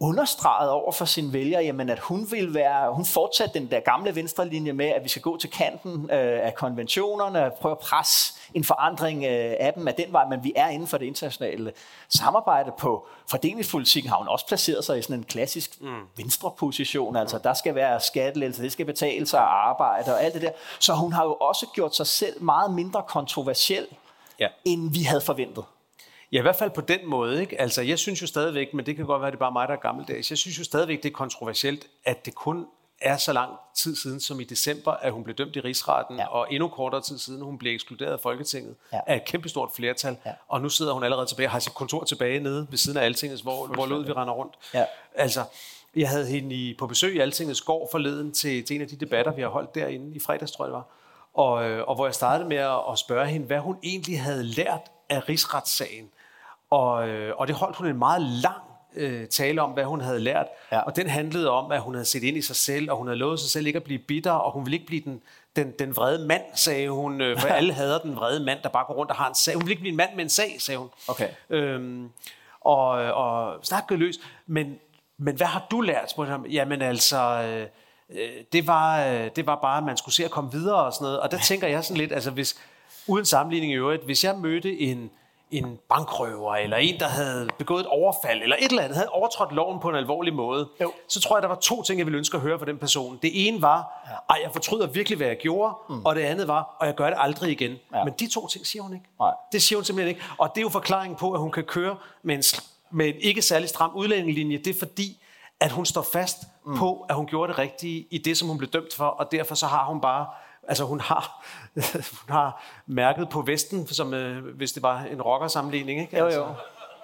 understreget over for sine vælgere, jamen, at hun vil være, hun fortsat den der gamle venstre linje med, at vi skal gå til kanten øh, af konventionerne, og prøve at presse en forandring øh, af dem af den vej, men vi er inden for det internationale samarbejde. På fordelingspolitikken har hun også placeret sig i sådan en klassisk mm. venstreposition, altså der skal være skattelettelser, det skal betale sig at arbejde og alt det der. Så hun har jo også gjort sig selv meget mindre kontroversiel, ja. end vi havde forventet. Ja, i hvert fald på den måde, ikke? Altså, jeg synes jo stadigvæk, men det kan godt være, det er bare mig, der er gammeldags, jeg synes jo stadigvæk, det er kontroversielt, at det kun er så lang tid siden, som i december, at hun blev dømt i rigsretten, ja. og endnu kortere tid siden, hun blev ekskluderet af Folketinget ja. af et kæmpestort flertal, ja. og nu sidder hun allerede tilbage, har sit kontor tilbage nede ved siden af Altingets, hvor, hvor lød vi render rundt. Ja. Altså, jeg havde hende i, på besøg i Altingets gård forleden til, til en af de debatter, vi har holdt derinde i fredags, tror jeg det var, og, og hvor jeg startede med at, at spørge hende, hvad hun egentlig havde lært af rigsretssagen. Og, og det holdt hun en meget lang øh, tale om, hvad hun havde lært. Ja. Og den handlede om, at hun havde set ind i sig selv, og hun havde lovet sig selv ikke at blive bitter, og hun ville ikke blive den, den, den vrede mand, sagde hun. Øh, for alle hader den vrede mand, der bare går rundt og har en sag. Hun ville ikke blive en mand med en sag, sagde hun. Okay. Øhm, og, og snakkede løs. Men, men hvad har du lært? Spurgte ham. Jamen altså... Øh, det, var, det var bare, at man skulle se at komme videre og sådan noget. Og der tænker jeg sådan lidt, altså hvis, uden sammenligning i øvrigt, hvis jeg mødte en... en bankrøver, eller en, der havde begået et overfald, eller et eller andet, havde overtrådt loven på en alvorlig måde, jo. så tror jeg, der var to ting, jeg ville ønske at høre fra den person. Det ene var, ja. ej, jeg fortryder virkelig, hvad jeg gjorde, mm. og det andet var, og jeg gør det aldrig igen. Ja. Men de to ting siger hun ikke. Nej. Det siger hun simpelthen ikke. Og det er jo forklaringen på, at hun kan køre med en, med en ikke særlig stram udlændingelinje. Det er fordi, at hun står fast mm. på, at hun gjorde det rigtige i det, som hun blev dømt for, og derfor så har hun bare Altså hun har, hun har mærket på vesten, som øh, hvis det var en rockersammenligning, ikke? Jo, altså. jo.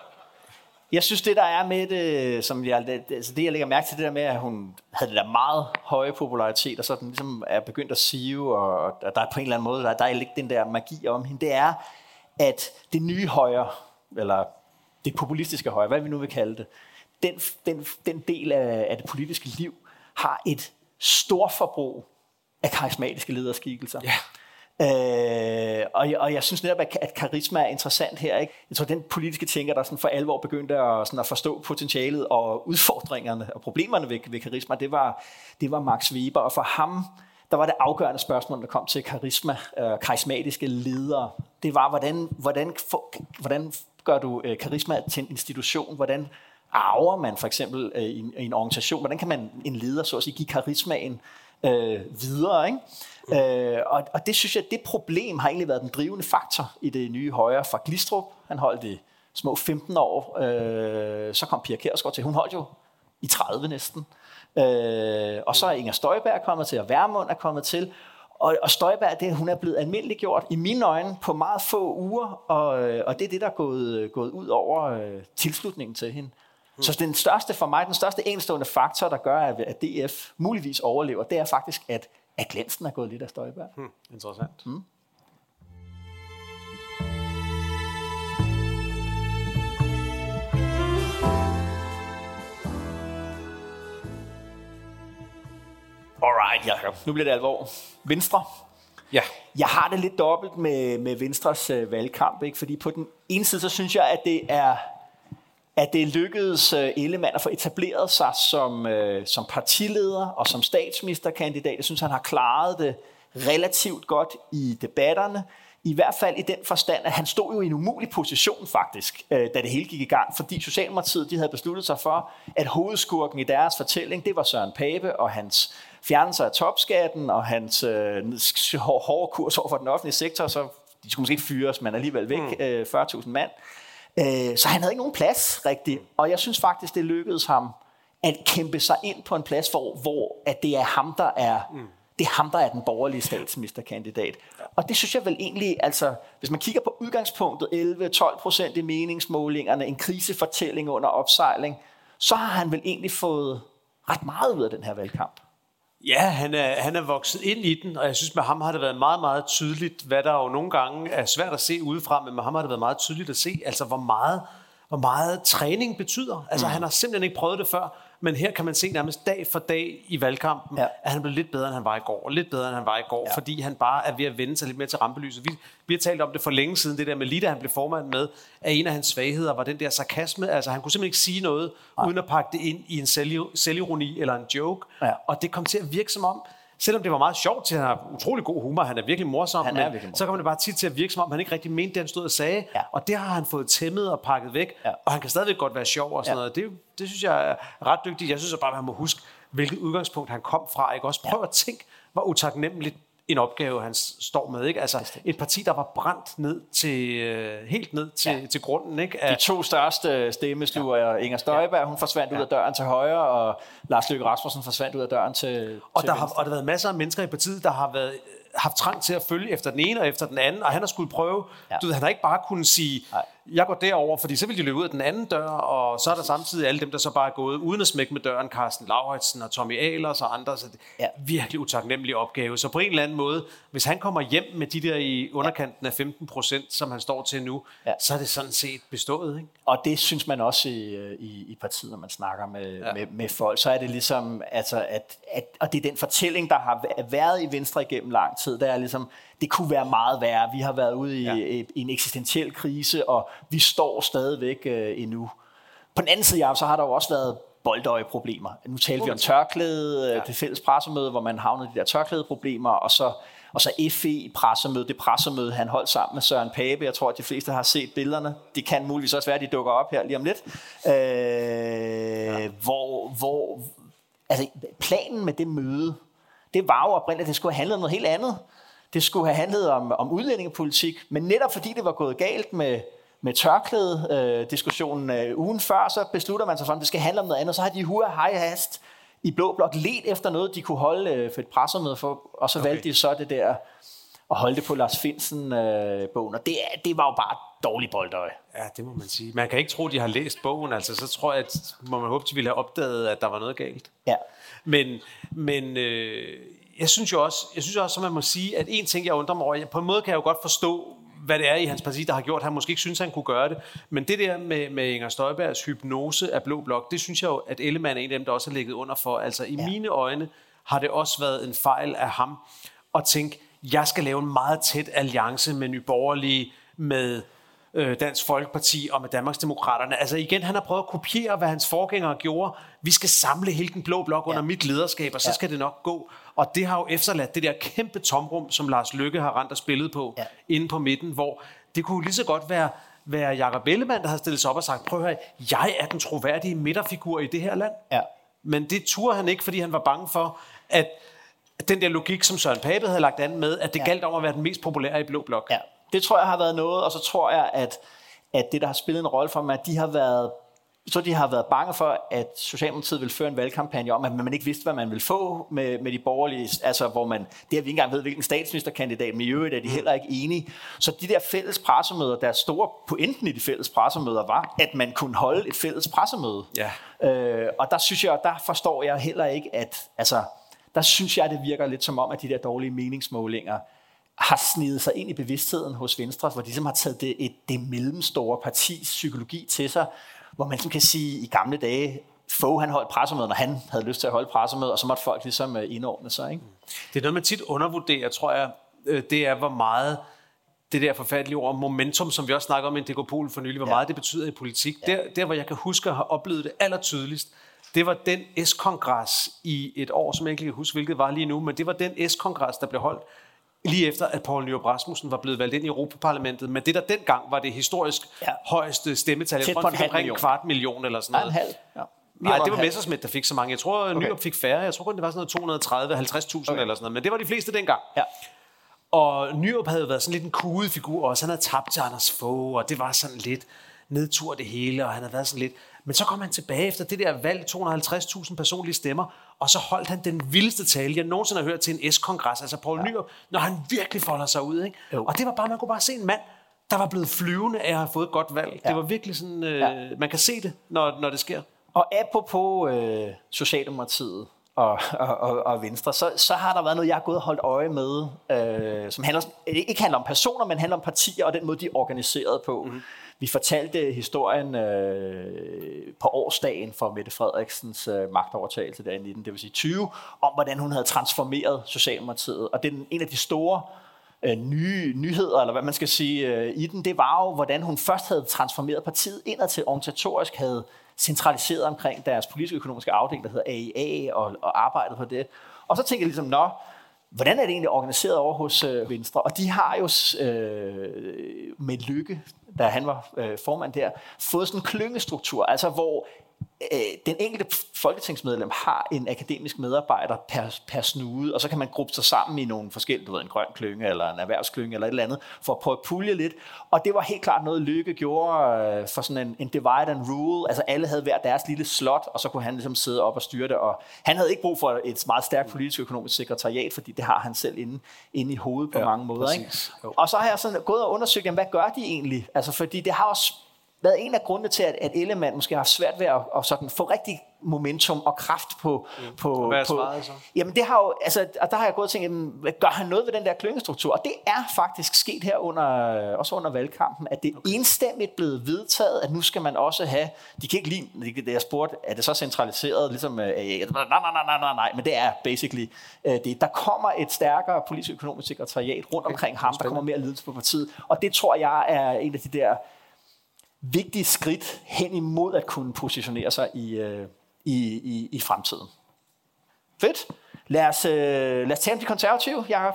Jeg synes, det der er med det, som jeg, altså det jeg lægger mærke til, det der med, at hun havde det der meget høje popularitet, og så den ligesom er begyndt at sive, og, og der er på en eller anden måde, der, der er ikke den der magi om hende, det er, at det nye højre, eller det populistiske højre, hvad vi nu vil kalde det, den, den, den del af, af det politiske liv, har et stort forbrug af karismatiske lederskikkelser. Ja. Øh, og, og jeg synes netop, at, at karisma er interessant her. Ikke? Jeg tror, den politiske tænker, der sådan for alvor begyndte at, sådan at forstå potentialet og udfordringerne og problemerne ved, ved karisma, det var, det var Max Weber. Og for ham, der var det afgørende spørgsmål, der kom til karisma, øh, karismatiske ledere. Det var, hvordan, hvordan, for, hvordan gør du øh, karisma til en institution? Hvordan arver man for eksempel øh, i, en, i en organisation? Hvordan kan man en leder så at sige give karismaen Øh, videre, ikke? Mm. Øh, og, og det synes jeg, det problem har egentlig været den drivende faktor i det nye højre fra Glistrup. Han holdt i små femten år. Øh, så kom Pia Kjærsgaard til. Hun holdt jo i tredive næsten. Øh, og så er Inger Støjberg kommet til, og Vermund er kommet til. Og, og Støjberg, det, hun er blevet almindeliggjort i mine øjne på meget få uger, og, og det er det, der er gået, gået ud over øh, tilslutningen til hende. Mm. Så den største for mig, den største enestående faktor, der gør, at D F muligvis overlever, det er faktisk, at, at glænsen er gået lidt af Støjberg. Hmm, interessant. Mm. Alright, Jacob. Nu bliver det alvor. Venstre. Ja. Jeg har det lidt dobbelt med, med Venstres øh, valgkamp, ikke? Fordi på den ene side, så synes jeg, at det er at det lykkedes uh, Ellemann at få etableret sig som, uh, som partileder og som statsministerkandidat. Jeg synes, han har klaret det relativt godt i debatterne. I hvert fald i den forstand, at han stod jo i en umulig position faktisk, uh, da det hele gik i gang. Fordi Socialdemokratiet de havde besluttet sig for, at hovedskurken i deres fortælling, det var Søren Pape og hans fjernelse af topskatten og hans uh, hårde kurs over for den offentlige sektor. Så de skulle måske ikke fyres, men alligevel væk, mm. uh, fyrre tusind mand. Så han havde ikke nogen plads rigtigt, og jeg synes faktisk, det lykkedes ham at kæmpe sig ind på en plads, hvor, hvor at det er ham, der er, mm. det er ham, der er den borgerlige statsministerkandidat. Og det synes jeg vel egentlig, altså hvis man kigger på udgangspunktet, elleve til tolv procent i meningsmålingerne, en krisefortælling under opsejling, så har han vel egentlig fået ret meget ud af den her valgkamp. Ja, han er, han er vokset ind i den, og jeg synes, med ham har det været meget, meget tydeligt, hvad der jo nogle gange er svært at se udefra, men med ham har det været meget tydeligt at se, altså hvor meget, hvor meget træning betyder. Altså mm. han har simpelthen ikke prøvet det før. men her kan man se nærmest dag for dag i valgkampen, ja. at han blev lidt bedre, end han var i går, og lidt bedre, end han var i går, ja. fordi han bare er ved at vende sig lidt mere til rampelyset. Vi, vi har talt om det for længe siden, det der med lige da han blev formand med, at en af hans svagheder var den der sarkasme, altså han kunne simpelthen ikke sige noget, ja. uden at pakke det ind i en selvironi eller en joke, ja. og det kom til at virke som om, selvom det var meget sjovt til, at han har utrolig god humor, han er virkelig morsom, er men virkelig morsom. Så kommer det bare tit til at virke som om, han ikke rigtig mente det, han stod og sagde, ja. og det har han fået tæmmet og pakket væk, ja. og han kan stadigvæk godt være sjov og sådan ja. noget. Det, det synes jeg er ret dygtigt. Jeg synes bare, at han må huske, hvilket udgangspunkt han kom fra. Ikke? Også prøv ja. at tænke, hvor utaknemmeligt en opgave, han står med. Ikke? Altså et parti, der var brændt ned til, helt ned til, ja. til grunden. Ikke? De to største stemmesluger, ja. Inger Støjberg, hun forsvandt ja. ud af døren til højre, og Lars Løkke Rasmussen forsvandt ud af døren til, og til der har, og der har været masser af mennesker i partiet, der har været haft trang til at følge efter den ene og efter den anden, og han har skulle prøve. Ja. Du ved, han har ikke bare kunnet sige, Nej. jeg går derover, fordi så vil de løbe ud af den anden dør, og så er der samtidig alle dem, der så bare er gået uden at smække med døren, Carsten Lauritsen og Tommy Ahlers og andre, så det er ja. virkelig utaknemmelig opgave. Så på en eller anden måde, hvis han kommer hjem med de der i underkanten af femten procent, som han står til nu, ja. så er det sådan set bestået. Ikke? Og det synes man også i, i, i partiet, når man snakker med, ja. med, med folk, så er det ligesom, altså, at, at, og det er den fortælling, der har været i Venstre igennem lang tid, der er ligesom, det kunne være meget værre. Vi har været ude i, ja. i, i en eksistentiel krise, og vi står stadigvæk øh, endnu. På den anden side, ja, så har der jo også været boldøjeproblemer. Nu talte vi om tørklæde, ja. det fælles pressemøde, hvor man havnede de der tørklædeproblemer, og så, og så F E-pressemøde, det pressemøde, han holdt sammen med Søren Pape. Jeg tror, at de fleste har set billederne. Det kan muligvis også være, at de dukker op her lige om lidt. Øh, ja. hvor, hvor, altså, planen med det møde, det var jo oprindeligt, at det skulle have handlet om noget helt andet. Det skulle have handlet om, om udlændingepolitik, men netop fordi det var gået galt med, med tørklæde-diskussionen øh, øh, ugen før, så beslutter man sig for, at det skal handle om noget andet. Så har de hurra hej hast i Blå Blok let efter noget, de kunne holde øh, for et pressemøde for, og så okay. valgte de så det der at holde det på Lars Findsen-bogen, øh, og det, det var jo bare dårlig boldøje. Ja, det må man sige. Man kan ikke tro, at de har læst bogen, altså så tror jeg, at må man håbe, at de ville have opdaget, at der var noget galt. Ja. Men, men øh, jeg synes jo også, jeg synes også, som man må sige, at en ting, jeg undrer mig over, på en måde kan jeg jo godt forstå, hvad det er i hans parti, der har gjort, han måske ikke synes, han kunne gøre det, men det der med, med Inger Støjbergs hypnose af Blå Blok, det synes jeg jo, at Ellemann er en af dem, der også har ligget under for. Altså i ja. mine øjne har det også været en fejl af ham at tænke, jeg skal lave en meget tæt alliance med Nye Borgerlige, med øh, Dansk Folkeparti og med Danmarksdemokraterne. Altså igen, han har prøvet at kopiere, hvad hans forgængere gjorde. Vi skal samle hele den Blå Blok under ja. mit lederskab, og så ja. skal det nok gå. Og det har jo efterladt det der kæmpe tomrum, som Lars Løkke har rendt og spillet på, ja. inde på midten, hvor det kunne lige så godt være, være Jakob Ellemann, der har stillet sig op og sagt, prøv at høre, jeg er den troværdige midterfigur i det her land. Ja. Men det turde han ikke, fordi han var bange for, at den der logik, som Søren Pape havde lagt an med, at det ja. galt om at være den mest populære i Blå Blok. Ja. Det tror jeg har været noget, og så tror jeg, at, at det, der har spillet en rolle for dem, at de har været, så de har været bange for, at Socialdemokratiet vil føre en valgkampagne om, at man ikke vidste, hvad man ville få med, med de borgerlige, altså hvor man, det har vi ikke engang ved, hvilken statsministerkandidat, men i øvrigt er de heller ikke enige. Så de der fælles pressemøder, der store pointen i de fælles pressemøder var, at man kunne holde et fælles pressemøde. Ja. Øh, og der synes jeg, der forstår jeg heller ikke, at, altså, der synes jeg, det virker lidt som om, at de der dårlige meningsmålinger har snedet sig ind i bevidstheden hos Venstre, hvor de ligesom har taget det, et, det mellemstore partis psykologi til sig, hvor man ligesom kan sige, i gamle dage, Fogh han holdt pressemøde, når han havde lyst til at holde pressemøde, og så måtte folk ligesom indordne sig. Ikke? Det er noget, man tit undervurderer, tror jeg, det er, hvor meget det der forfærdelige ord momentum, som vi også snakker om i D K Pol for nylig, hvor ja. meget det betyder i politik. Ja. Der, der, hvor jeg kan huske at have oplevet det allertydeligst, det var den S-kongres i et år, som jeg ikke kan huske, hvilket var lige nu, men det var den S-kongres, der blev holdt lige efter, at Poul Nyrup Rasmussen var blevet valgt ind i Europaparlamentet. Men det der dengang var det historisk ja. højeste stemmetal. Jeg tror, han fik omkring en kvart million eller sådan noget. En halv, ja. Nej, det var Messerschmidt, der fik så mange. Jeg tror, okay. Nyrup fik færre. Jeg tror kun, det var sådan noget to hundrede og tredive til halvtreds tusind okay. eller sådan noget. Men det var de fleste dengang. Ja. Og Nyrup havde været sådan lidt en kuget figur også. Han havde tabt til Anders Fogh, og det var sådan lidt nedtur det hele, og han havde været sådan lidt. Men så kom han tilbage efter det der valg, to hundrede og halvtreds tusind personlige stemmer, og så holdt han den vildeste tale, jeg nogensinde har hørt til en S-kongres, altså Poul ja. Nyrup, når han virkelig folder sig ud. Ikke? Og det var bare, man kunne bare se en mand, der var blevet flyvende af at have fået et godt valg. Ja. Det var virkelig sådan, øh, ja. man kan se det, når, når det sker. Og apropos øh, Socialdemokratiet og, og, og, og Venstre, så, så har der været noget, jeg har gået og holdt øje med, øh, som handler, ikke handler om personer, men handler om partier og den måde, de er organiseret på. Mm-hmm. Vi fortalte historien øh, på årsdagen for Mette Frederiksens øh, magtovertagelse der i nitten, det vil sige tyve, om hvordan hun havde transformeret Socialdemokratiet. Og det er en af de store øh, nye nyheder, eller hvad man skal sige, øh, i den, det var jo, hvordan hun først havde transformeret partiet indad til organisatorisk, havde centraliseret omkring deres politisk-økonomiske afdeling, der hedder A I A, og, og arbejdet på det. Og så tænkte jeg ligesom, nå, hvordan er det egentlig organiseret over hos øh, Venstre? Og de har jo øh, med Lykke, da han var øh, formand der, fået sådan en klyngestruktur, altså hvor øh, den enkelte folketingsmedlem har en akademisk medarbejder per, per snude, og så kan man gruppe sig sammen i nogle forskellige, du ved, en grøn klynge eller en erhvervsklynge eller et eller andet, for at prøve at pulje lidt. Og det var helt klart noget, Lykke gjorde øh, for sådan en, en divide and rule. Altså alle havde hver deres lille slot, og så kunne han ligesom sidde op og styre det. Og han havde ikke brug for et meget stærkt politisk økonomisk sekretariat, fordi det har han selv inde, inde i hovedet på ja, mange måder. Ikke? Og så har jeg sådan gået og undersøgt, jamen, hvad gør de egentlig? Altså fordi det har også været en af grundene til, at, at Ellemann måske har haft svært ved at, at sådan få rigtig momentum og kraft på... Mm. på hvad er på, svaret så? Jamen det har jo, altså, og der har jeg gået og tænkt, jamen, gør han noget ved den der klyngestruktur? Og det er faktisk sket her under, også under valgkampen, at det okay. enstemmigt blevet vedtaget, at nu skal man også have, de kan ikke lide, det jeg spurgte, er det så centraliseret, ligesom, øh, nej, nej, nej, nej, nej, nej, men det er basically øh, det. Der kommer et stærkere politisk-økonomisk sekretariat rundt okay. omkring ham, der kommer mere ledelse på partiet, og det tror jeg er en af de der vigtige skridt hen imod at kunne positionere sig i, øh, i, i, i fremtiden. Fedt. Lad os, øh, lad os tale om de konservative, Jacob.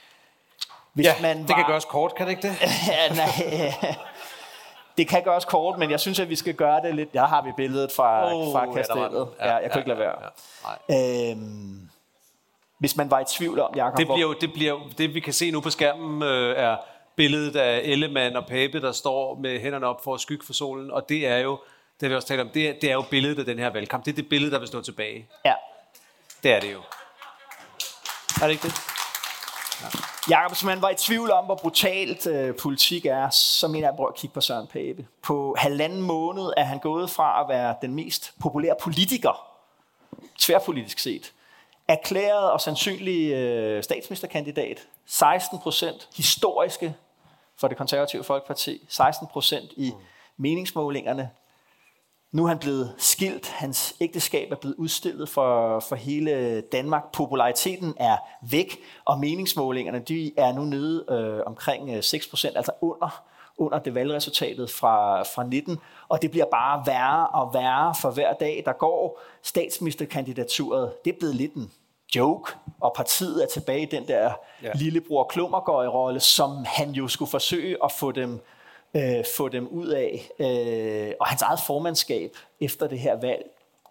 Hvis ja, man var... det kan gøres kort, kan det ikke det? ja, nej, det kan gøres kort, men jeg synes, at vi skal gøre det lidt. Der har vi billedet fra, oh, fra kastellet. Ja, ja, jeg kunne ja, ikke lade være. Ja, ja. Øhm, hvis man var i tvivl om, Jacob... Det, bliver jo, det, bliver jo, det vi kan se nu på skærmen, øh, er billedet af Ellemann og Pape, der står med hænderne op for at skygge for solen, og det er jo, det vi også talt om, det er, det er jo billedet af den her valgkamp. Det er det billede, der vil stå tilbage. Ja. Det er det jo. Er det ikke det? Ja. Jacob, hvis man var i tvivl om, hvor brutalt øh, politik er, så mener jeg, at kigge på Søren Pape. På halvanden måned er han gået fra at være den mest populære politiker, tværpolitisk set, erklæret og sandsynlig øh, statsministerkandidat, seksten procent historiske for det konservative Folkeparti, seksten procent i mm. meningsmålingerne. Nu er han blevet skilt, hans ægteskab er blevet udstillet for, for hele Danmark. Populariteten er væk, og meningsmålingerne de er nu nede øh, omkring seks procent, altså under, under det valgresultatet fra, fra nitten. Og det bliver bare værre og værre for hver dag, der går. Statsministerkandidaturet, det er blevet lidt en joke, og partiet er tilbage i den der ja. lillebror Klummergøj-rolle, som han jo skulle forsøge at få dem, øh, få dem ud af. Øh, og hans eget formandskab efter det her valg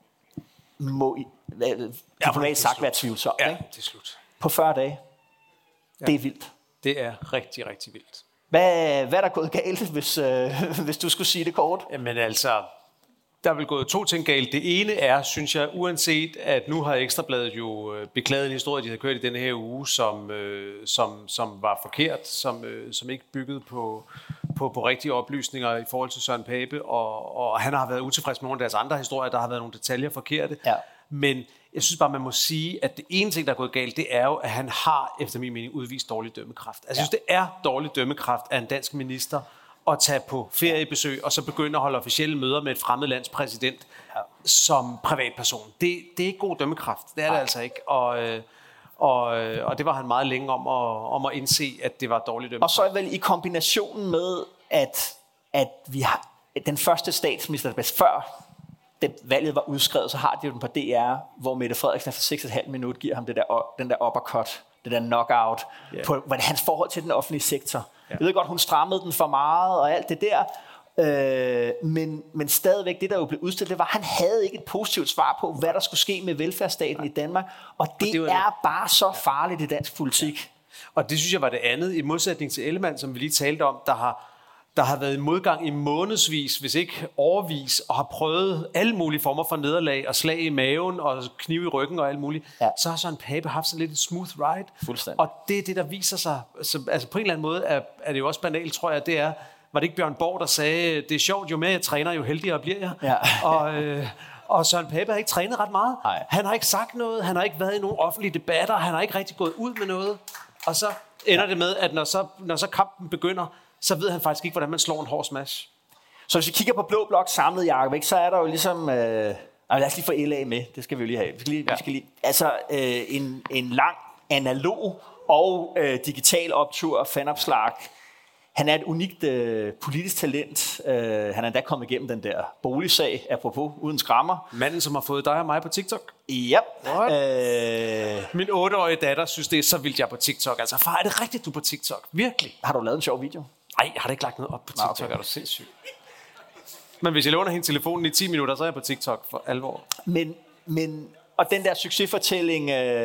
må diplomatisk sagt være tvivlsomt. Ja, ikke? til slut. På fyrre dage. Ja. Det er vildt. Det er rigtig, rigtig vildt. Hvad, hvad er der gået galt, hvis, øh, hvis du skulle sige det kort? Jamen altså... Der er vel gået to ting galt. Det ene er, synes jeg, uanset at nu har Ekstrabladet jo beklaget en historie, de havde kørt i denne her uge, som, øh, som, som var forkert, som, øh, som ikke byggede på, på, på rigtige oplysninger i forhold til Søren Pape, og, og han har været utilfreds med nogle af deres andre historier, der har været nogle detaljer forkerte. Ja. Men jeg synes bare, man må sige, at det ene ting, der er gået galt, det er jo, at han har, efter min mening, udvist dårlig dømmekraft. Jeg synes, ja. det er dårlig dømmekraft af en dansk minister, at tage på feriebesøg, og så begynde at holde officielle møder med et fremmed lands præsident ja. som privatperson. Det, det er ikke god dømmekraft. Det er Nej. det altså ikke. Og, og, og det var han meget længe om at, om at indse, at det var dårligt dømmekraft. Og så vel i kombinationen med, at, at vi har den første statsminister, der før det valget var udskrevet, så har de jo den på D R, hvor Mette Frederiksen efter seks komma fem minut giver ham det der, den der uppercut, det der knockout, yeah. på hvordan hans forhold til den offentlige sektor. Ja. Jeg ved godt, hun strammede den for meget og alt det der, øh, men, men stadigvæk det, der jo blev udstillet, det var, at han havde ikke et positivt svar på, hvad der skulle ske med velfærdsstaten ja. i Danmark, og det, og det er det. bare så farligt i dansk politik. Ja. Og det synes jeg var det andet, i modsætning til Ellemann, som vi lige talte om, der har der har været en modgang i månedsvis, hvis ikke overvis, og har prøvet alle mulige former for nederlag og slag i maven og kniv i ryggen og alt muligt, ja. så har Søren Pape haft sådan lidt en smooth ride. Fuldstændig. Og det er det, der viser sig. Så, altså på en eller anden måde er, er det jo også banalt, tror jeg, det er, var det ikke Bjørn Borg, der sagde, det er sjovt, jo mere jeg træner, jo heldigere bliver jeg. Ja. og, øh, og Søren Pape har ikke trænet ret meget. Nej. Han har ikke sagt noget, han har ikke været i nogen offentlige debatter, han har ikke rigtig gået ud med noget. Og så ender ja. det med, at når så, når så kampen begynder, så ved han faktisk ikke, hvordan man slår en hård smash. Så hvis vi kigger på Blå Blok samlet, Jacob, ikke, så er der jo ligesom... Øh, lad os lige få L A med, det skal vi jo lige have. Vi skal lige, ja. vi skal lige, altså øh, en, en lang analog og øh, digital optur, fanopslag. Han er et unikt øh, politisk talent. Øh, han er endda kommet igennem den der boligsag, apropos, uden skrammer. Manden, som har fået dig og mig på TikTok. Ja. Øh... Min otteårige datter synes, det er så vildt, jeg er på TikTok. Altså, far, er det rigtigt, du er på TikTok? Virkelig? Har du lavet en sjov video? Nej, jeg har da ikke lagt noget op på TikTok. Okay. Er du sindssygt? Men hvis jeg låner hende telefonen i ti minutter, så er jeg på TikTok for alvor. Men, men og den der succesfortælling,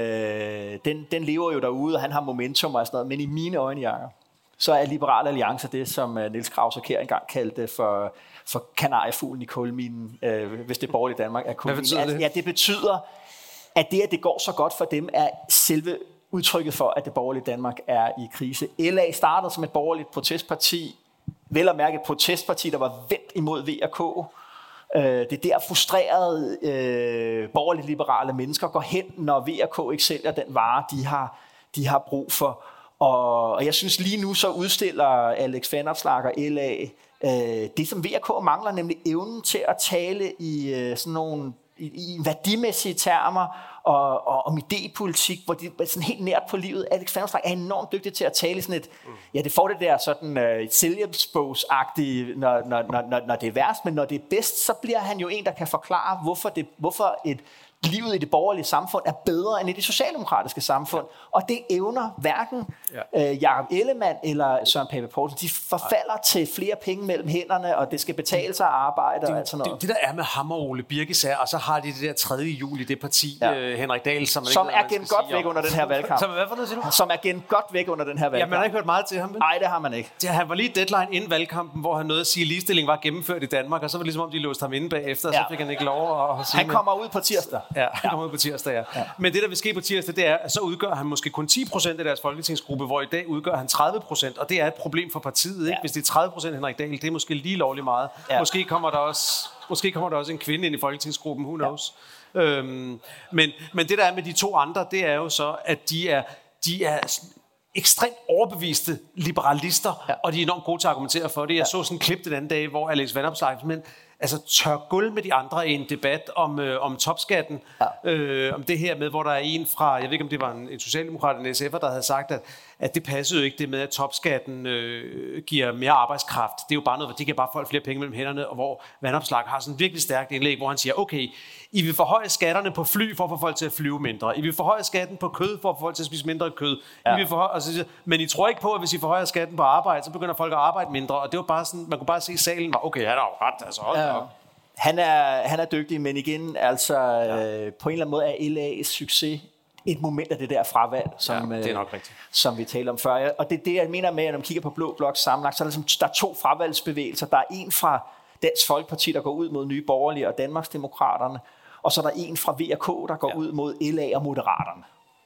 øh, den, den lever jo derude, og han har momentum og sådan noget. Men i mine øjne, Jacob, så er Liberal Alliance det, som Niels Krause-Kjær engang kaldte for, for kanariefuglen i kulminen, øh, hvis det er borgerligt Danmark er kulminen. Hvad betyder det? Ja, det betyder, at det, at det går så godt for dem, er selve udtrykket for, at det borgerlige Danmark er i krise. L A startede som et borgerligt protestparti, vel at mærke et protestparti, der var vendt imod V og K. Det er der frustrerede øh, borgerligt liberale mennesker går hen, når V og K ikke sælger den vare, de har, de har brug for. Og, og jeg synes lige nu, så udstiller Alex Vanopslagh og L A øh, det, som V og K mangler, nemlig evnen til at tale i øh, sådan nogle i, i værdimæssige termer og, og om idépolitik, hvor de er sådan helt nært på livet. Alex Vanopslagh er enormt dygtig til at tale sådan et, mm. ja, det får det der sådan uh, selvhjælpsbogsagtige, når, når, når, når det er værst, men når det er bedst, så bliver han jo en, der kan forklare, hvorfor, det, hvorfor et livet i det borgerlige samfund er bedre end i det socialdemokratiske samfund. Og det evner hverken ja. øh, Jakob Ellemann eller Søren Pape Poulsen. De forfalder Ej. til flere penge mellem hænderne, og det skal betale sig at arbejde det, og alt sådan noget. Det, det der er med ham og Ole Birkesager, og så har de det der tredje juli, det parti, ja. øh, Henrik Dahl, som, som ikke er gemt godt væk under den her valgkamp. Som, hvad for noget, siger du? Som er gemt godt væk under den her valgkamp. Ja, man har ikke hørt meget til ham. Men... Nej, det har man ikke. Ja, han var lige deadline inden valgkampen, hvor han nåede at sige, at ligestilling var gennemført i Danmark, og så var det ligesom om, de låste ham inde bagefter, og ja. så fik han ikke lov at sige Han kommer ud på tirsdag. Ja, han kommer ud på tirsdag, ja. ja. Men det, der vil ske på tirsdag, det er, at så udgør han måske kun ti procent af deres folketingsgruppe, hvor i dag udgør han tredive procent, og det er et problem for partiet, ikke? Ja. Hvis det er tredive procent Henrik Dahl, det er måske lige lovligt meget. Ja. Måske kommer der også, måske kommer der også en kvinde ind i folketingsgruppen, who knows. Ja. Øhm, men, men det, der er med de to andre, det er jo så, at de er, de er ekstremt overbeviste liberalister, ja. og de er enormt gode til at argumentere for det. Jeg ja. så sådan en klip den anden dag, hvor Alex Vanopslagh, men altså tør gulv med de andre i en debat om, øh, om topskatten, ja. øh, om det her med, hvor der er en fra, jeg ved ikke om det var en, en socialdemokrat, en S F'er, der havde sagt, at, at det passede jo ikke det med, at topskatten øh, giver mere arbejdskraft. Det er jo bare noget, hvor de giver bare folk flere penge mellem hænderne, og hvor Vanopslagh har sådan et virkelig stærkt indlæg, hvor han siger, okay, I vil forhøje skatterne på fly for at få folk til at flyve mindre. I vil forhøje skatten på kød for at få folk til at spise mindre kød. Ja. I vil forhøje, altså, men I tror ikke på, at hvis I forhøjer skatten på arbejde, så begynder folk at arbejde mindre. Og det var bare sådan, man kunne bare se i salen, okay, han har jo ret, altså hold ja. op. Han er, han er dygtig, men igen, altså ja. øh, på en eller anden måde er L A's succes et moment af det der fravalg, som, ja, det er nok rigtigt. øh, som vi talte om før. Og det er det, jeg mener med, at når man kigger på Blå Blok sammenlagt, så er der, ligesom, der er to fravalgsbevægelser. Der er en fra Dansk Folkeparti, der går ud mod Nye Borgerlige og Danmarksdemokraterne, og så er der en fra V og K, der går ja. ud mod L A og Moderaterne.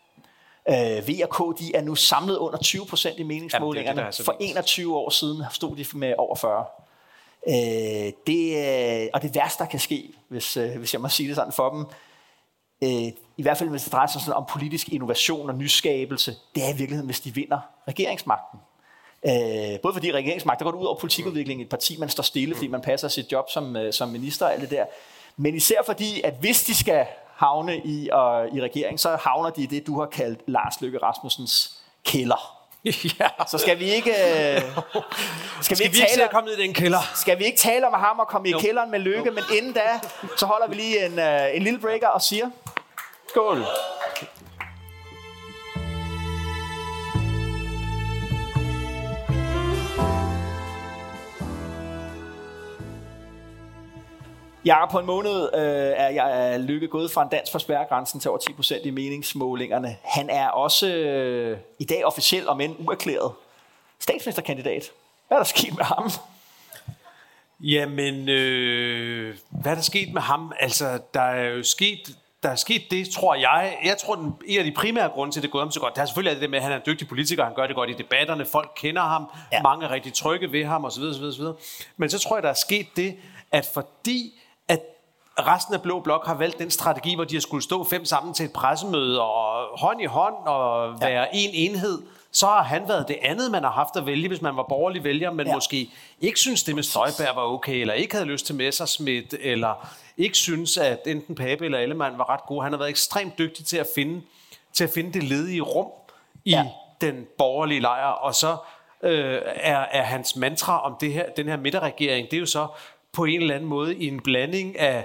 Øh, V og K, de er nu samlet under tyve procent i meningsmålingerne. Ja, for enogtyve år siden stod de med over fyrre. Øh, det, og det værste, der kan ske, hvis, øh, hvis jeg må sige det sådan for dem, øh, i hvert fald hvis det drejer sig sådan om politisk innovation og nyskabelse, det er i virkeligheden, hvis de vinder regeringsmagten. Øh, både fordi regeringsmagt, der går ud over politikudviklingen i et parti, man står stille, fordi man passer sit job som, øh, som minister og alt det der. Men især fordi, at hvis de skal havne i, og, i regering, så havner de i det, du har kaldt Lars Løkke Rasmussens kælder. Ja. Så skal vi ikke øh, skal, skal vi ikke vi tale at komme ned i den kælder. Skal vi ikke tale om ham og komme i jo. kælderen med Løkke, jo. men inden da så holder vi lige en øh, en lille breaker og siger skål. Ja, på en måned øh, er jeg er Løkke gået fra en dans for spærregrænsen til over ti procent i meningsmålingerne. Han er også øh, i dag officielt, om end uerklæret, statsministerkandidat. Hvad er der sket med ham? Jamen, øh, hvad er der sket med ham? Altså, der er jo sket, der er sket det, tror jeg. Jeg tror, den, en af de primære grunde til, at det er gået ham så godt, det er selvfølgelig det med, at han er en dygtig politiker, han gør det godt i debatterne, folk kender ham, ja. mange er rigtig trygge ved ham, osv., osv., osv. Men så tror jeg, der er sket det, at fordi at resten af Blå Blok har valgt den strategi, hvor de har skulle stå fem sammen til et pressemøde og hånd i hånd og være ja. en enhed, så har han været det andet, man har haft at vælge, hvis man var borgerlig vælger, men ja. måske ikke synes det med Støjberg var okay, eller ikke havde lyst til Messerschmidt, eller ikke synes, at enten Pape eller Ellemann var ret gode. Han har været ekstremt dygtig til at finde, til at finde det ledige rum i ja. den borgerlige lejr, og så øh, er, er hans mantra om det her, den her midterregering, det er jo så på en eller anden måde en blanding af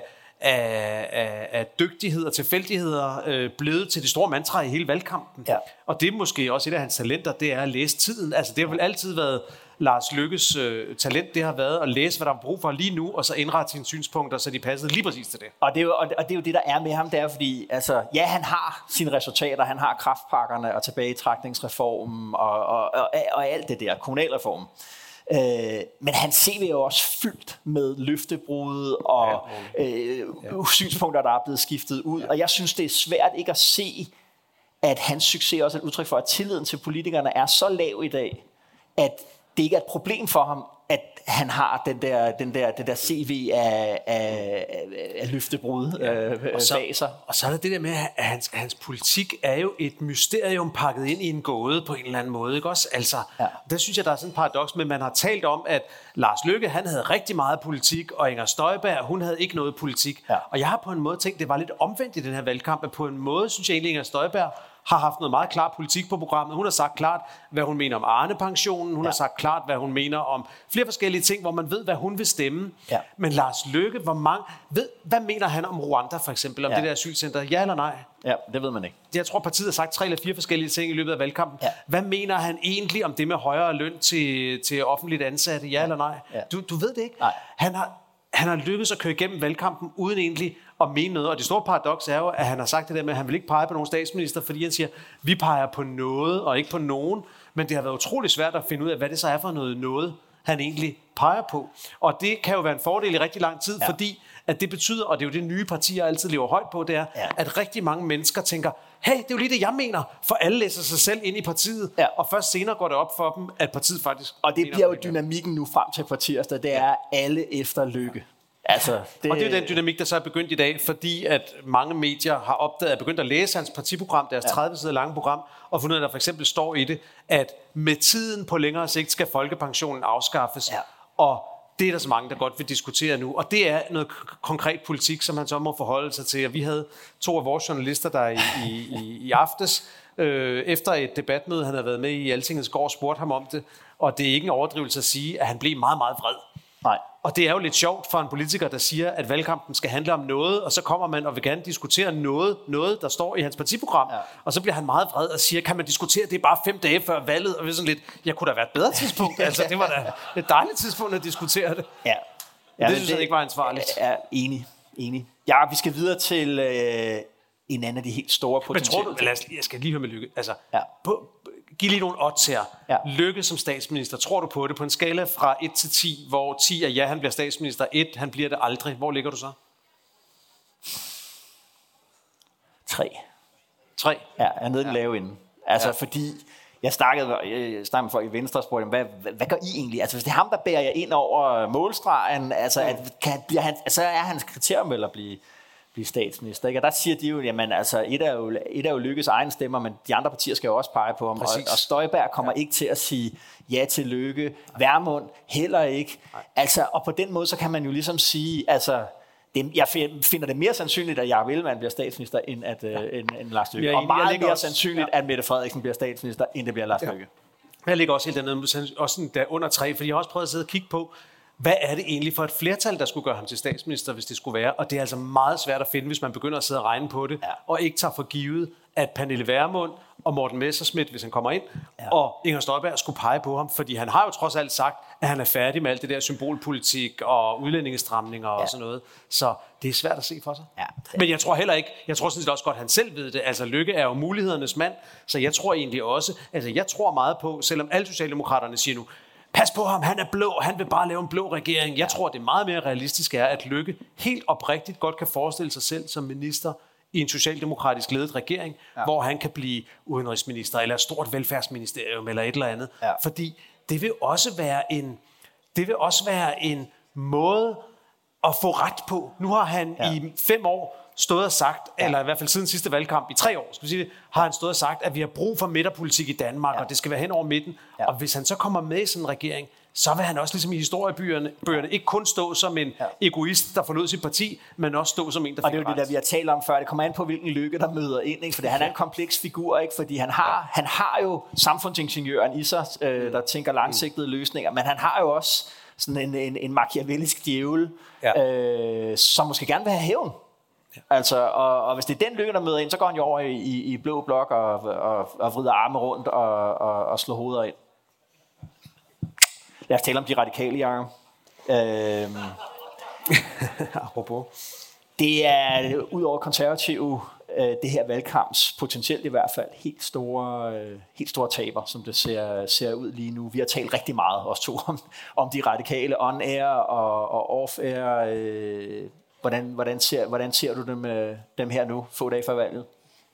Af, af, af dygtighed og tilfældigheder øh, blevet til de store mantra i hele valgkampen. Ja. Og det er måske også et af hans talenter, det er at læse tiden. Altså det har vel altid været Lars Løkkes øh, talent, det har været at læse, hvad der er brug for lige nu, og så indrette sine synspunkter, så de passede lige præcis til det. Og det er jo, og det, og det, er jo det, der er med ham, det er fordi, altså, ja, han har sine resultater, han har kraftpakkerne og tilbagetrækningsreformen og, og, og, og alt det der, kommunalreformen. Øh, men hans C V er jo også fyldt med løftebrud og øh, synspunkter, der er blevet skiftet ud. Og jeg synes, det er svært ikke at se, at hans succes også er et udtryk for, at tilliden til politikerne er så lav i dag, at det ikke er et problem for ham, at han har den der, den der, den der C V af, af, af løftebrud ja. øh, og så, bag sig. Og så er der det der med, at hans, hans politik er jo et mysterium pakket ind i en gåde på en eller anden måde. Ikke også? Altså, ja. Der synes jeg, der er sådan en paradoks med, at man har talt om, at Lars Løkke, han havde rigtig meget politik, og Inger Støjberg, hun havde ikke noget politik. Ja. Og jeg har på en måde tænkt, det var lidt omvendt i den her valgkamp, at på en måde synes jeg egentlig, Inger Støjberg har haft noget meget klar politik på programmet. Hun har sagt klart, hvad hun mener om Arne-pensionen. Hun ja. har sagt klart, hvad hun mener om flere forskellige ting, hvor man ved, hvad hun vil stemme. Ja. Men Lars Løkke, hvor mange... Ved, hvad mener han om Rwanda, for eksempel? Om ja. det der asylcenter? Ja eller nej? Ja, det ved man ikke. Jeg tror, partiet har sagt tre eller fire forskellige ting i løbet af valgkampen. Ja. Hvad mener han egentlig om det med højere løn til, til offentligt ansatte? Ja, ja. eller nej? Ja. Du, du ved det ikke? Nej. Han har... Han har lykkedes at køre igennem valgkampen uden egentlig at mene noget. Og det store paradoks er jo, at han har sagt det der med, at han vil ikke pege på nogen statsminister, fordi han siger, vi peger på noget og ikke på nogen. Men det har været utrolig svært at finde ud af, hvad det så er for noget noget, han egentlig peger på. Og det kan jo være en fordel i rigtig lang tid, ja. fordi at det betyder, og det er jo det nye partier altid lever højt på, det er, ja. at rigtig mange mennesker tænker, hey, det er jo lige det, jeg mener, for alle læser sig selv ind i partiet, ja. og først senere går det op for dem, at partiet faktisk... Og det bliver jo dynamikken nu frem til på tirsdag, det er alle efter Løkke. Altså, det... Og det er den dynamik, der så er begyndt i dag, fordi at mange medier har opdaget, at begyndt at læse hans partiprogram, deres tredive sider lange program, og fundet ud af, at der for eksempel står i det, at med tiden på længere sigt skal folkepensionen afskaffes, ja. og det er der så mange, der godt vil diskutere nu. Og det er noget k- konkret politik, som han så må forholde sig til. Og vi havde to af vores journalister, der i, i, i, i aftes, øh, efter et debatmøde, han havde været med i Altingets gård, spurgte ham om det. Og det er ikke en overdrivelse at sige, at han blev meget, meget vred. Nej. Og det er jo lidt sjovt for en politiker, der siger, at valgkampen skal handle om noget, og så kommer man og vil gerne diskutere noget, noget der står i hans partiprogram. Ja. Og så bliver han meget vred og siger, kan man diskutere det bare fem dage før valget? Og vi er sådan lidt, jeg kunne da være et bedre tidspunkt. Altså, det var da et dejligt tidspunkt at diskutere det. Ja. Ja, det synes jeg ikke var ansvarligt. Jeg er enig, enig. Ja, vi skal videre til øh, en anden af de helt store potentielle. Men tror du, lad os, jeg skal lige høre med Løkke. Altså, ja. på, giv lige nogle odds her. Ja. Løkke som statsminister, tror du på det? På en skala fra et til ti, hvor ti er ja, han bliver statsminister, et, han bliver det aldrig. Hvor ligger du så? tre. tre? Ja, jeg er nede i den lave ende. Altså, ja. fordi jeg snakkede, jeg snakkede med folk i Venstre og spurgte dem, hvad, hvad, hvad gør I egentlig? Altså, hvis det er ham, der bærer jer ind over målstregen, altså, at, kan, bliver han, altså er hans kriterium vel at blive... blive statsminister. Ikke? Og der siger de jo, jamen altså, et er jo, et er jo Løkkes egen stemmer, men de andre partier skal jo også pege på ham. Og, og Støjberg kommer ja. ikke til at sige ja til Løkke. Værmund heller ikke. Nej. Altså, og på den måde, så kan man jo ligesom sige, altså, det, jeg finder det mere sandsynligt, at Jakob Ellemann bliver statsminister, end, at, ja. øh, end, end Lars Løkke. Ja, og meget mere også, sandsynligt, ja. at Mette Frederiksen bliver statsminister, end det bliver Lars ja. Løkke. Jeg ligger også helt andet, også sådan der under tre, fordi jeg har også prøvet at sidde og kigge på, hvad er det egentlig for et flertal, der skulle gøre ham til statsminister, hvis det skulle være? Og det er altså meget svært at finde, hvis man begynder at sidde og regne på det, ja. og ikke tager for givet, at Pernille Vermund og Morten Messerschmidt, hvis han kommer ind, ja. og Inger Støjberg skulle pege på ham, fordi han har jo trods alt sagt, at han er færdig med alt det der symbolpolitik og udlændingestramninger ja. og sådan noget. Så det er svært at se for sig. Ja. Men jeg tror heller ikke, jeg tror sådan set også godt, at han selv ved det. Altså Løkke er jo mulighedernes mand, så jeg tror egentlig også, altså jeg tror meget på, selvom alle socialdemokraterne siger nu, pas på ham, han er blå, han vil bare lave en blå regering. Jeg tror, det er meget mere realistisk er, at Løkke helt oprigtigt godt kan forestille sig selv som minister i en socialdemokratisk ledet regering, ja. hvor han kan blive udenrigsminister eller et stort velfærdsministerium eller et eller andet. Ja. Fordi det vil også være en, det vil også være en måde at få ret på. Nu har han ja. i fem år stået og sagt, ja. eller i hvert fald siden sidste valgkamp i tre år, skal vi sige det, har han stået og sagt, at vi har brug for midterpolitik i Danmark, ja. og det skal være hen over midten. Ja. Og hvis han så kommer med i sådan en regering, så vil han også ligesom i historiebøgerne bøgerne, ikke kun stå som en ja. egoist, der forlod sit parti, men også stå som en, der fik Og det er jo det, der vi har talt om før. Det kommer an på, hvilken Løkke, der møder ind. Ikke? Fordi han er en kompleks figur, ikke? Fordi han har, ja. han har jo samfundsingeniøren i sig, øh, der tænker langsigtede løsninger, men han har jo også sådan en, en, en machiavellisk djævel, ja. øh, som måske gerne vil have hævn. Ja. Altså, og, og hvis det er den Løkke, der møder ind, så går han jo over i, i, i blå blok og, og, og vrider arme rundt og, og, og slår hoveder ind. Lad os tale om de radikale, Jacob. Øhm, det er ud over konservative, øh, det her valgkamps, potentielt i hvert fald, helt store, øh, helt store taber, som det ser, ser ud lige nu. Vi har talt rigtig meget, os to, om, om de radikale on-air og, og off-air. Øh, hvordan, hvordan, ser, hvordan ser du dem, øh, dem her nu, få dage før valget?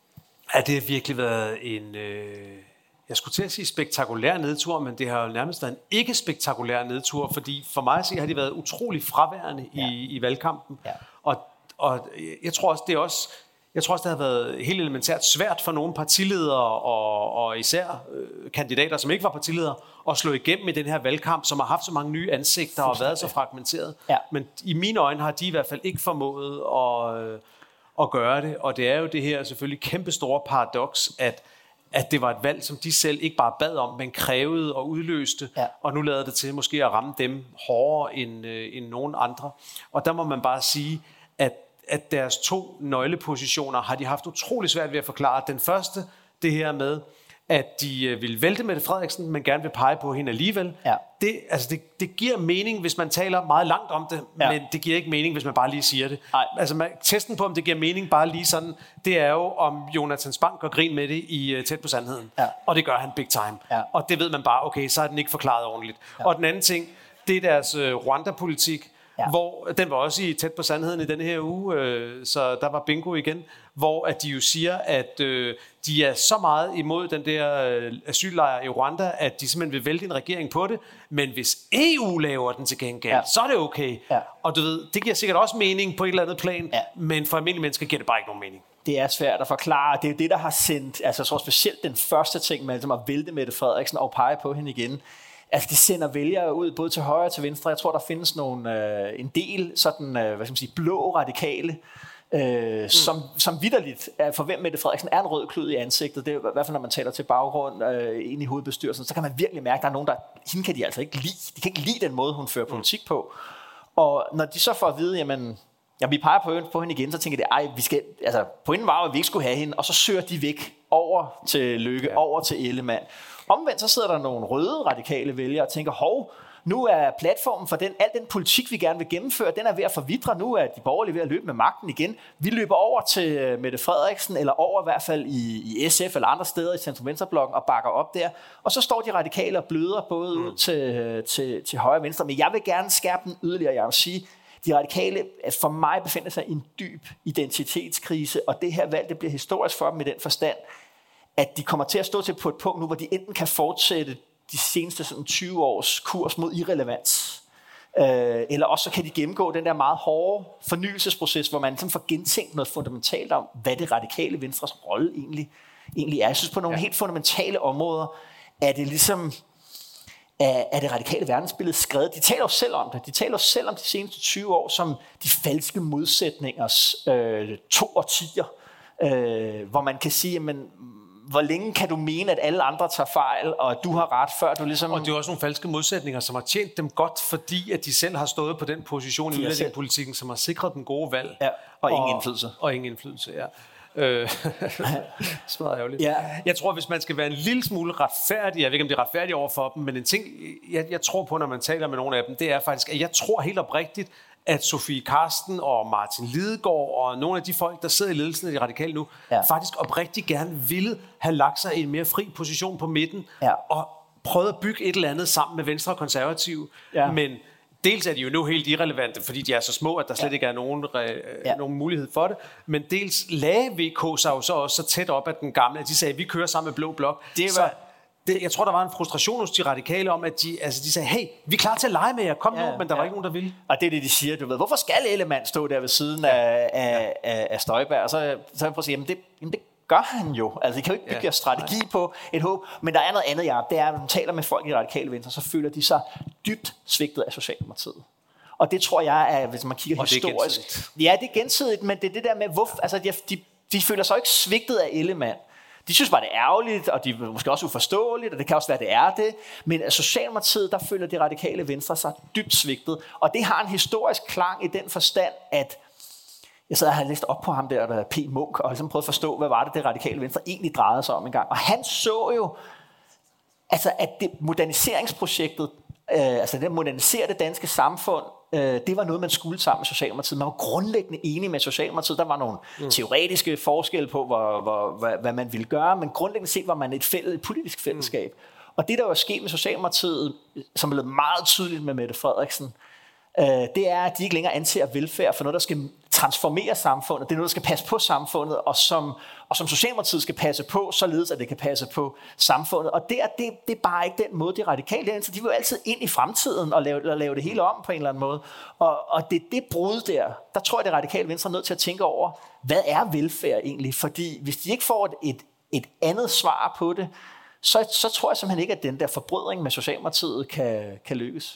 Ja, det har virkelig været en... Øh Jeg skulle til at sige spektakulær nedtur, men det har jo nærmest været en ikke-spektakulær nedtur, fordi for mig at se har de været utrolig fraværende ja. i, i valgkampen. Ja. Og, og jeg tror også, det er også, jeg tror også, det har været helt elementært svært for nogle partiledere og, og især øh, kandidater, som ikke var partiledere, at slå igennem i den her valgkamp, som har haft så mange nye ansigter og været så fragmenteret. Ja. Men i mine øjne har de i hvert fald ikke formået at, øh, at gøre det, og det er jo det her selvfølgelig kæmpestore paradoks, at at det var et valg, som de selv ikke bare bad om, men krævede og udløste, ja. og nu lader det til måske at ramme dem hårdere end, øh, end nogen andre. Og der må man bare sige, at, at deres to nøglepositioner har de haft utrolig svært ved at forklare. Den første, det her med, at de øh, vil vælte Mette Frederiksen, men gerne vil pege på hende alligevel. Ja. Det, altså det, det giver mening, hvis man taler meget langt om det, ja. men det giver ikke mening, hvis man bare lige siger det. Ej. Altså man, testen på, om det giver mening bare lige sådan, det er jo, om Jonathan Spang går grin med det i uh, Tæt på Sandheden. Ja. Og det gør han big time. Ja. Og det ved man bare, okay, så er den ikke forklaret ordentligt. Ja. Og den anden ting, det er deres uh, Rwanda-politik, ja. hvor den var også i Tæt på Sandheden i denne her uge, øh, så der var bingo igen, hvor at de jo siger, at øh, de er så meget imod den der øh, asyllejr i Rwanda, at de simpelthen vil vælte en regering på det, men hvis E U laver den til gengæld, ja. så er det okay. Ja. Og du ved, det giver sikkert også mening på et eller andet plan, ja. men for almindelige mennesker giver det bare ikke nogen mening. Det er svært at forklare. Det er jo det, der har sendt, altså jeg tror specielt den første ting med at vælte Mette Frederiksen og pege på hende igen. Altså, det sender vælgere ud både til højre og til venstre. Jeg tror, der findes nogle, øh, en del sådan, øh, hvad skal man sige, blå radikale, øh, mm. som, som vitterligt, øh, for hvem Mette Frederiksen er en rød klud i ansigtet. Det er i hvert fald, når man taler til baggrund øh, ind i hovedbestyrelsen, så kan man virkelig mærke, at der er nogen, der, hende kan de altså ikke lide. De kan ikke lide den måde, hun fører politik på. Og når de så får at vide, jamen, ja, vi peger på, på hende igen, så tænker de, ej, vi skal, altså, pointen var, at vi ikke skulle have hende, og så søger de væk over til Løkke, ja. over til Ellemann. Omvendt så sidder der nogle røde radikale vælgere og tænker, hov, nu er platformen for den, al den politik, vi gerne vil gennemføre, den er ved at forvitre. Nu er de borgerlige ved at løbe med magten igen. Vi løber over til Mette Frederiksen, eller over i hvert fald i, i S F eller andre steder i centrum-venstre-blokken og bakker op der. Og så står de radikale og bløder både mm. ud til, til, til højre og venstre. Men jeg vil gerne skærpe den yderligere. Jeg vil sige, de radikale for mig befinder sig i en dyb identitetskrise, og det her valg, det bliver historisk for dem i den forstand, at de kommer til at stå til på et punkt nu, hvor de enten kan fortsætte de seneste sådan tyve års kurs mod irrelevans, øh, eller også så kan de gennemgå den der meget hårde fornyelsesproces, hvor man ligesom får gentænkt noget fundamentalt om, hvad det radikale venstres rolle egentlig, egentlig er. Jeg synes på nogle ja. helt fundamentale områder, er det ligesom, er, er det radikale verdensbillede skrevet. De taler jo selv om det. De taler jo selv om de seneste tyve år som de falske modsætningers øh, to årtier, øh, hvor man kan sige, men hvor længe kan du mene, at alle andre tager fejl, og at du har ret, før du ligesom... Og det er også nogle falske modsætninger, som har tjent dem godt, fordi at de selv har stået på den position i udlændingepolitikken, som har sikret den gode valg. Ja, og ingen og, indflydelse. Og ingen indflydelse, ja. Øh, smadret ærgerligt. Ja. Jeg tror, hvis man skal være en lille smule retfærdig, jeg ved ikke, om det er retfærdigt over for dem, men en ting, jeg, jeg tror på, når man taler med nogle af dem, det er faktisk, at jeg tror helt oprigtigt, at Sofie Carsten og Martin Lidegaard og nogle af de folk, der sidder i ledelsen af de radikale nu, ja. faktisk oprigtigt gerne ville have lagt sig i en mere fri position på midten, ja. og prøvet at bygge et eller andet sammen med Venstre og Konservative. Ja. Men dels er de jo nu helt irrelevante, fordi de er så små, at der slet ja. ikke er nogen, ja. nogen mulighed for det. Men dels lagde V K sig jo så også så tæt op af den gamle, at de sagde, at vi kører sammen med Blå Blok. Det var... det, jeg tror, der var en frustration hos de radikale om, at de, altså, de sagde, hey, vi er klar til at lege med jer, kom ja, nu, men der ja. var ikke nogen, der ville. Og det er det, de siger, du ved, hvorfor skal Ellemann stå der ved siden ja. af, af, af, af Støjberg? Og så, så jeg prøver at sige, jamen det, jamen det gør han jo. Altså, I kan jo ikke bygge ja. strategi Nej. på et håb, men der er noget andet, Jacob. Det er, at når man taler med folk i radikale venstre, så føler de sig dybt svigtet af Socialdemokratiet. Og det tror jeg er, hvis man kigger og historisk. Det ja, det er gensidigt, men det er det der med, hvorfor, altså de, de, de føler sig ikke svigtet af Ellemann. De synes bare, det er ærgerligt, og de er måske også uforståeligt, og det kan også være, det er det. Men af Socialdemokratiet, der føler de radikale venstre sig dybt svigtet. Og det har en historisk klang i den forstand, at jeg sad og havde læst op på ham der, der er P. Munk, og ligesom prøvet at forstå, hvad var det, det radikale venstre egentlig drejede sig om en gang. Og han så jo, altså, at det moderniseringsprojektet, øh, altså det moderniserede danske samfund, øh, det var noget, man skulle sammen med Socialdemokratiet. Man var grundlæggende enig med Socialdemokratiet. Der var nogle mm. teoretiske forskelle på, hvor, hvor, hvad, hvad man ville gøre, men grundlæggende set var man et, fælles, et politisk fællesskab. Mm. Og det, der var sket med Socialdemokratiet, som blev meget tydeligt med Mette Frederiksen, øh, det er, at de ikke længere anser velfærd for noget, der skal transformere samfundet. Det er noget, der skal passe på samfundet, og som, og som Socialdemokratiet skal passe på, således at det kan passe på samfundet. Og det er, det, det er bare ikke den måde, de radikale er. Så de vil jo altid ind i fremtiden og lave, og lave det hele om på en eller anden måde. Og, og det er det brud der, der tror jeg, det radikale venstre er nødt til at tænke over, hvad er velfærd egentlig? Fordi hvis de ikke får et, et, et andet svar på det, så, så tror jeg simpelthen ikke, at den der forbrydning med Socialdemokratiet kan, kan lykkes.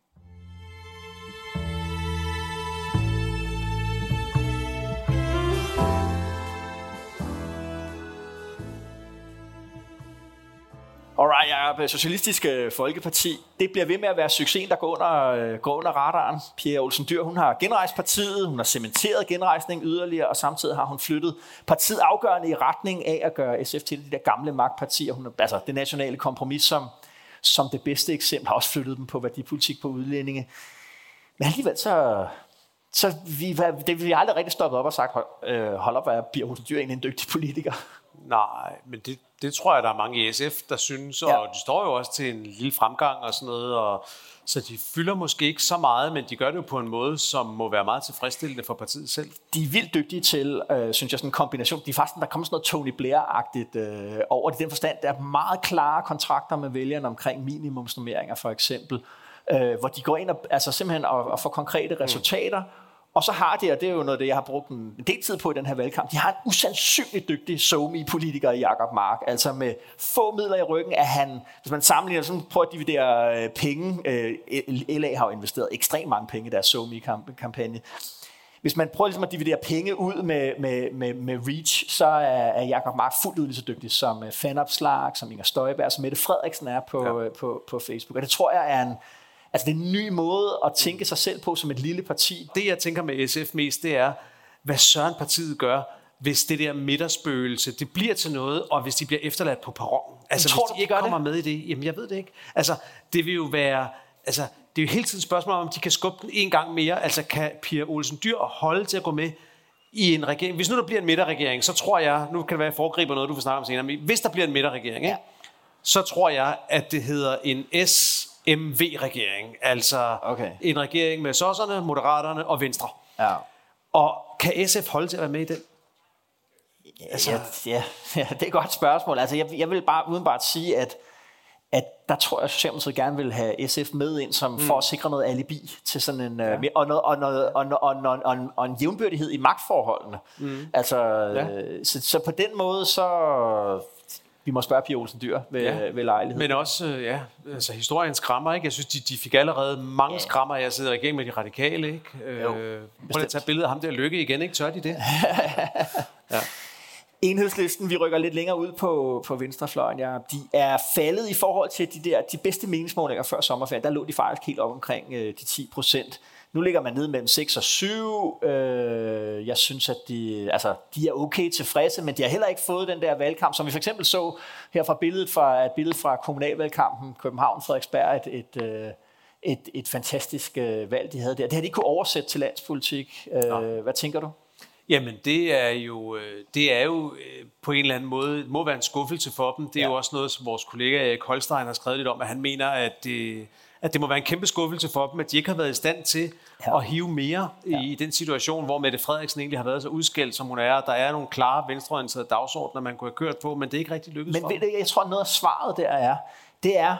Alright, Jacob, Socialistisk Folkeparti, det bliver ved med at være succesen, der går under, går under radaren. Pia Olsen Dyhr, hun har genrejst partiet, hun har cementeret genrejsning yderligere, og samtidig har hun flyttet partiet afgørende i retning af at gøre S F til de der gamle magtpartier. Hun, altså det nationale kompromis som, som det bedste eksempel, har også flyttet dem på værdipolitik på udlændinge. Men alligevel så... Så vi, det, vi har aldrig rigtig stoppet op og sagt, hold, hold op, hvad Pia Olsen Dyhr egentlig en dygtig politiker. Nej, men det, det tror jeg, der er mange i S F, der synes, og ja. de står jo også til en lille fremgang og sådan noget, og, så de fylder måske ikke så meget, men de gør det jo på en måde, som må være meget tilfredsstillende for partiet selv. De er vildt dygtige til, øh, synes jeg, sådan en kombination. De er faktisk, der kommer sådan noget Tony Blair-agtigt øh, over det. I den forstand, der er meget klare kontrakter med vælgerne omkring minimumsnormeringer for eksempel, øh, hvor de går ind og, altså simpelthen og, og får konkrete resultater. Mm. Og så har de, og det er jo noget, det jeg har brugt en del tid på i den her valgkamp, de har en usandsynligt dygtig somi-politiker i Jacob Mark. Altså med få midler i ryggen er han, hvis man sammenligner, sådan prøver at dividere penge. L A har jo investeret ekstremt mange penge i deres somi-kampagne. Hvis man prøver ligesom at dividere penge ud med, med, med, med Reach, så er Jacob Mark fuldt ud lige så dygtig som Fanopslag, som Inger Støjberg, som Mette Frederiksen er på, ja. på, på Facebook. Og det tror jeg er en... Altså det er en ny måde at tænke sig selv på som et lille parti. Det jeg tænker med S F mest, det er, hvad Søren partiet gør, hvis det der midterspøgelse, det bliver til noget, og hvis de bliver efterladt på perronen. Altså tror, hvis de ikke kommer det? med i det, jamen jeg ved det ikke. Altså det vil jo være, altså det er jo hele tiden et spørgsmål om, de kan skubbe den en gang mere. Altså kan Pia Olsen Dyhr holde til at gå med i en regering? Hvis nu der bliver en midterregering, så tror jeg, nu kan det være, jeg foregriber noget, du vil snakke om senere, men hvis der bliver en midterregering, ja. så tror jeg, at det hedder en S M V-regering, altså okay. en regering med sosserne, moderaterne og Venstre. Ja. Og kan S F holde til at være med i den? Altså, ja, ja, ja, det er et godt spørgsmål. Altså, jeg, jeg vil bare udenbart sige, at, at der tror jeg, at Socialdemokratiet gerne vil have S F med ind, som mm. for at sikre noget alibi til sådan en, ja. uh, og, noget, og, noget, og, og, og, og, og, og en jævnbyrdighed i magtforholdene. Mm. Altså, ja. så, så på den måde, så... Vi må spørge Pia Olsen Dyhr ved, ja. ved lejlighed. Men også, ja, altså historien skrammer, ikke? Jeg synes, de, de fik allerede mange ja. skrammer. Jeg sidder i regering med de radikale, ikke? Jo, øh, prøv at tage billedet af ham der Lykke igen, ikke? Tør de det? ja. Enhedslisten, vi rykker lidt længere ud på, på venstrefløjen. Ja. De er faldet i forhold til de, der, de bedste meningsmålinger før sommerferien. Der lå de faktisk helt op omkring øh, de ti procent. Nu ligger man nede mellem seks og syv. Øh, jeg synes, at de, altså, de er okay tilfredse, men de har heller ikke fået den der valgkamp, som vi for eksempel så her fra billedet fra, et billede fra kommunalvalgkampen København-Frederiksberg, et, et, et, et, et fantastisk valg, de havde der. Det har de ikke kunne oversætte til landspolitik. Øh, hvad tænker du? Jamen, det er jo, det er jo på en eller anden måde, må være en skuffelse for dem. Det er ja. jo også noget, som vores kollega Erik Holstein har skrevet lidt om, at han mener, at det at det må være en kæmpe skuffelse for dem, at de ikke har været i stand til ja. at hive mere ja. i den situation, hvor Mette Frederiksen egentlig har været så udskældt, som hun er. Der er nogle klare venstreorienterede dagsordner, man kunne have kørt på, men det er ikke rigtig lykkedes. Men ved du, jeg tror, noget af svaret der er, det er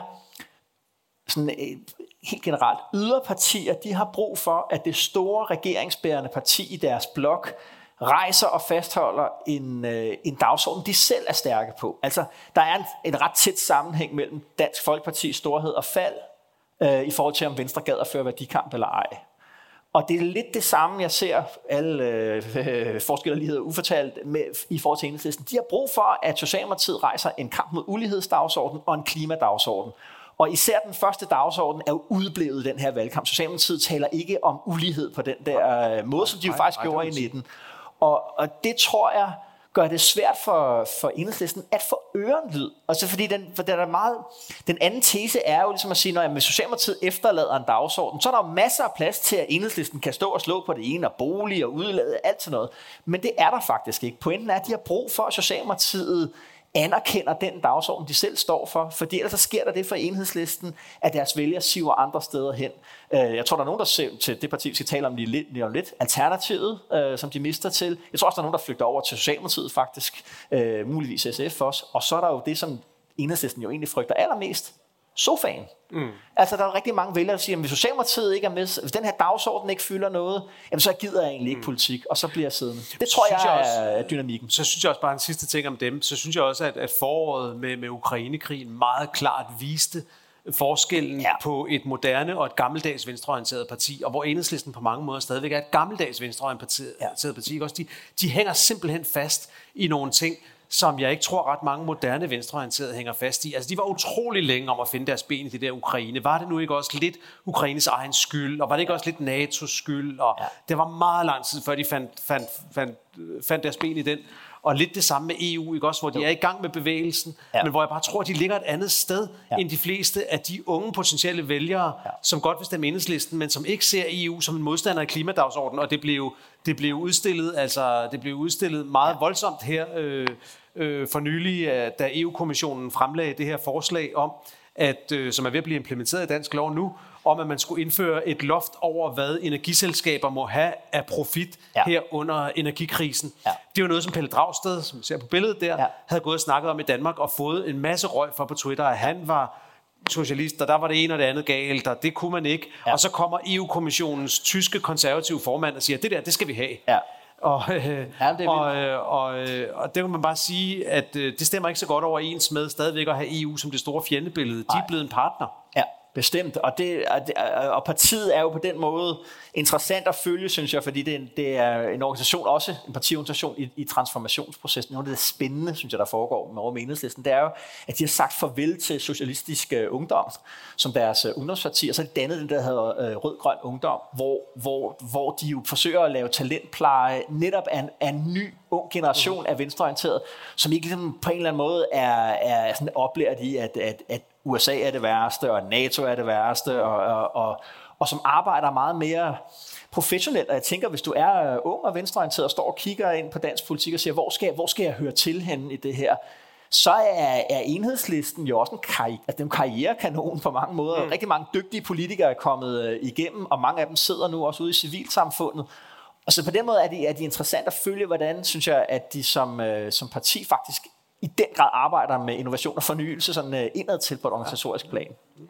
sådan helt generelt, yderpartier, de har brug for, at det store regeringsbærende parti i deres blok rejser og fastholder en, øh, en dagsorden, de selv er stærke på. Altså, der er en, en ret tæt sammenhæng mellem Dansk Folkepartis storhed og fald, øh, i forhold til, om Venstre gad at føre værdikamp eller ej. Og det er lidt det samme, jeg ser alle øh, forskelligheder ufortalt med, i forhold til Enhedslisten. De har brug for, at Socialdemokratiet rejser en kamp mod ulighedsdagsorden og en klimadagsorden. Og især den første dagsorden er jo udeblevet den her valgkamp. Socialdemokratiet taler ikke om ulighed på den der måde, som de jo faktisk gjorde i nitten. Og, og det tror jeg gør det svært for, for Enhedslisten at få ørenlyd. Altså fordi den, for den, er meget, den anden tese er jo ligesom at sige, når hvis Socialdemokratiet efterlader en dagsorden, så er der jo masser af plads til, at Enhedslisten kan stå og slå på det ene, og bolig og udlade, alt sådan noget. Men det er der faktisk ikke. Pointen er, at de har brug for, at Socialdemokratiet anerkender den dagsorden, de selv står for, fordi ellers så sker der det for Enhedslisten, at deres vælgere siver andre steder hen. Jeg tror, der er nogen, der ser til det parti, vi skal tale om lige lidt, lige om lidt, Alternativet, som de mister til. Jeg tror også, der er nogen, der flygter over til Socialdemokratiet faktisk, muligvis S F også, og så er der jo det, som Enhedslisten jo egentlig frygter allermest, sofaen. Mm. Altså, der er rigtig mange vælgere, der siger, at hvis Socialdemokratiet ikke er med, hvis den her dagsorden ikke fylder noget, jamen, så gider jeg egentlig ikke mm. politik, og så bliver jeg siddende. Det tror jeg, jeg også, er dynamikken. Så synes jeg også bare en sidste ting om dem. Så synes jeg også, at, at foråret med, med Ukrainekrigen meget klart viste forskellen ja. på et moderne og et gammeldags venstreorienteret parti, og hvor Enhedslisten på mange måder stadigvæk er et gammeldags venstreorienteret ja. parti. Også de, de hænger simpelthen fast i nogle ting, som jeg ikke tror ret mange moderne venstreorienterede hænger fast i. Altså, de var utrolig længe om at finde deres ben i det der Ukraine. Var det nu ikke også lidt Ukraines egen skyld, og var det ikke også lidt N A T O's skyld? Og ja. det var meget lang tid, før de fandt, fandt, fandt, fandt deres ben i den. Og lidt det samme med E U, ikke også, hvor de jo. er i gang med bevægelsen, ja. men hvor jeg bare tror, at de ligger et andet sted ja. end de fleste af de unge potentielle vælgere, ja. som godt vil stemme Enhedslisten, men som ikke ser E U som en modstander i klimadagsordenen. Og det blev, det blev udstillet, altså det blev udstillet meget ja. voldsomt her øh, øh, for nylig, da E U-kommissionen fremlagde det her forslag om, at, øh, som er ved at blive implementeret i dansk lov nu, om at man skulle indføre et loft over, hvad energiselskaber må have af profit ja. her under energikrisen. Ja. Det er jo noget, som Pelle Dragsted, som vi ser på billedet der, ja. havde gået og snakket om i Danmark og fået en masse røg for på Twitter, at han var socialist, og der var det ene og det andet galt, og det kunne man ikke. Ja. Og så kommer E U-kommissionens tyske konservative formand og siger, det der, det skal vi have. Ja. Og, øh, ja, det og, øh, og, øh, og det kan man bare sige, at øh, det stemmer ikke så godt overens med stadigvæk at have E U som det store fjendebillede. De er blevet en partner. Ja. Bestemt, og, det, og partiet er jo på den måde interessant at følge, synes jeg, fordi det, det er en organisation, også en partiorganisation i, i transformationsprocessen. Noget af det spændende, synes jeg, der foregår med over Enhedslisten, det er jo, at de har sagt farvel til Socialistisk Ungdom som deres ungdomsparti, og så er det dannet den, der hedder Rød-Grøn Ungdom, hvor, hvor, hvor de jo forsøger at lave talentpleje netop af en, af en ny ung generation af venstreorienteret, som ikke ligesom på en eller anden måde er, er sådan oplært i, at, at, at U S A er det værste, og NATO er det værste, og, og, og, og som arbejder meget mere professionelt. Og jeg tænker, hvis du er ung og venstreorienteret og står og kigger ind på dansk politik og siger, hvor skal, hvor skal jeg høre til henne i det her, så er, er Enhedslisten jo også en, karri- altså en karrierekanon på mange måder. Mm. Rigtig mange dygtige politikere er kommet igennem, og mange af dem sidder nu også ude i civilsamfundet. Og så på den måde er det, er det interessant at følge, hvordan, synes jeg, at de som, som parti faktisk i den grad arbejder med innovation og fornyelse sådan indad til på et organisatorisk plan.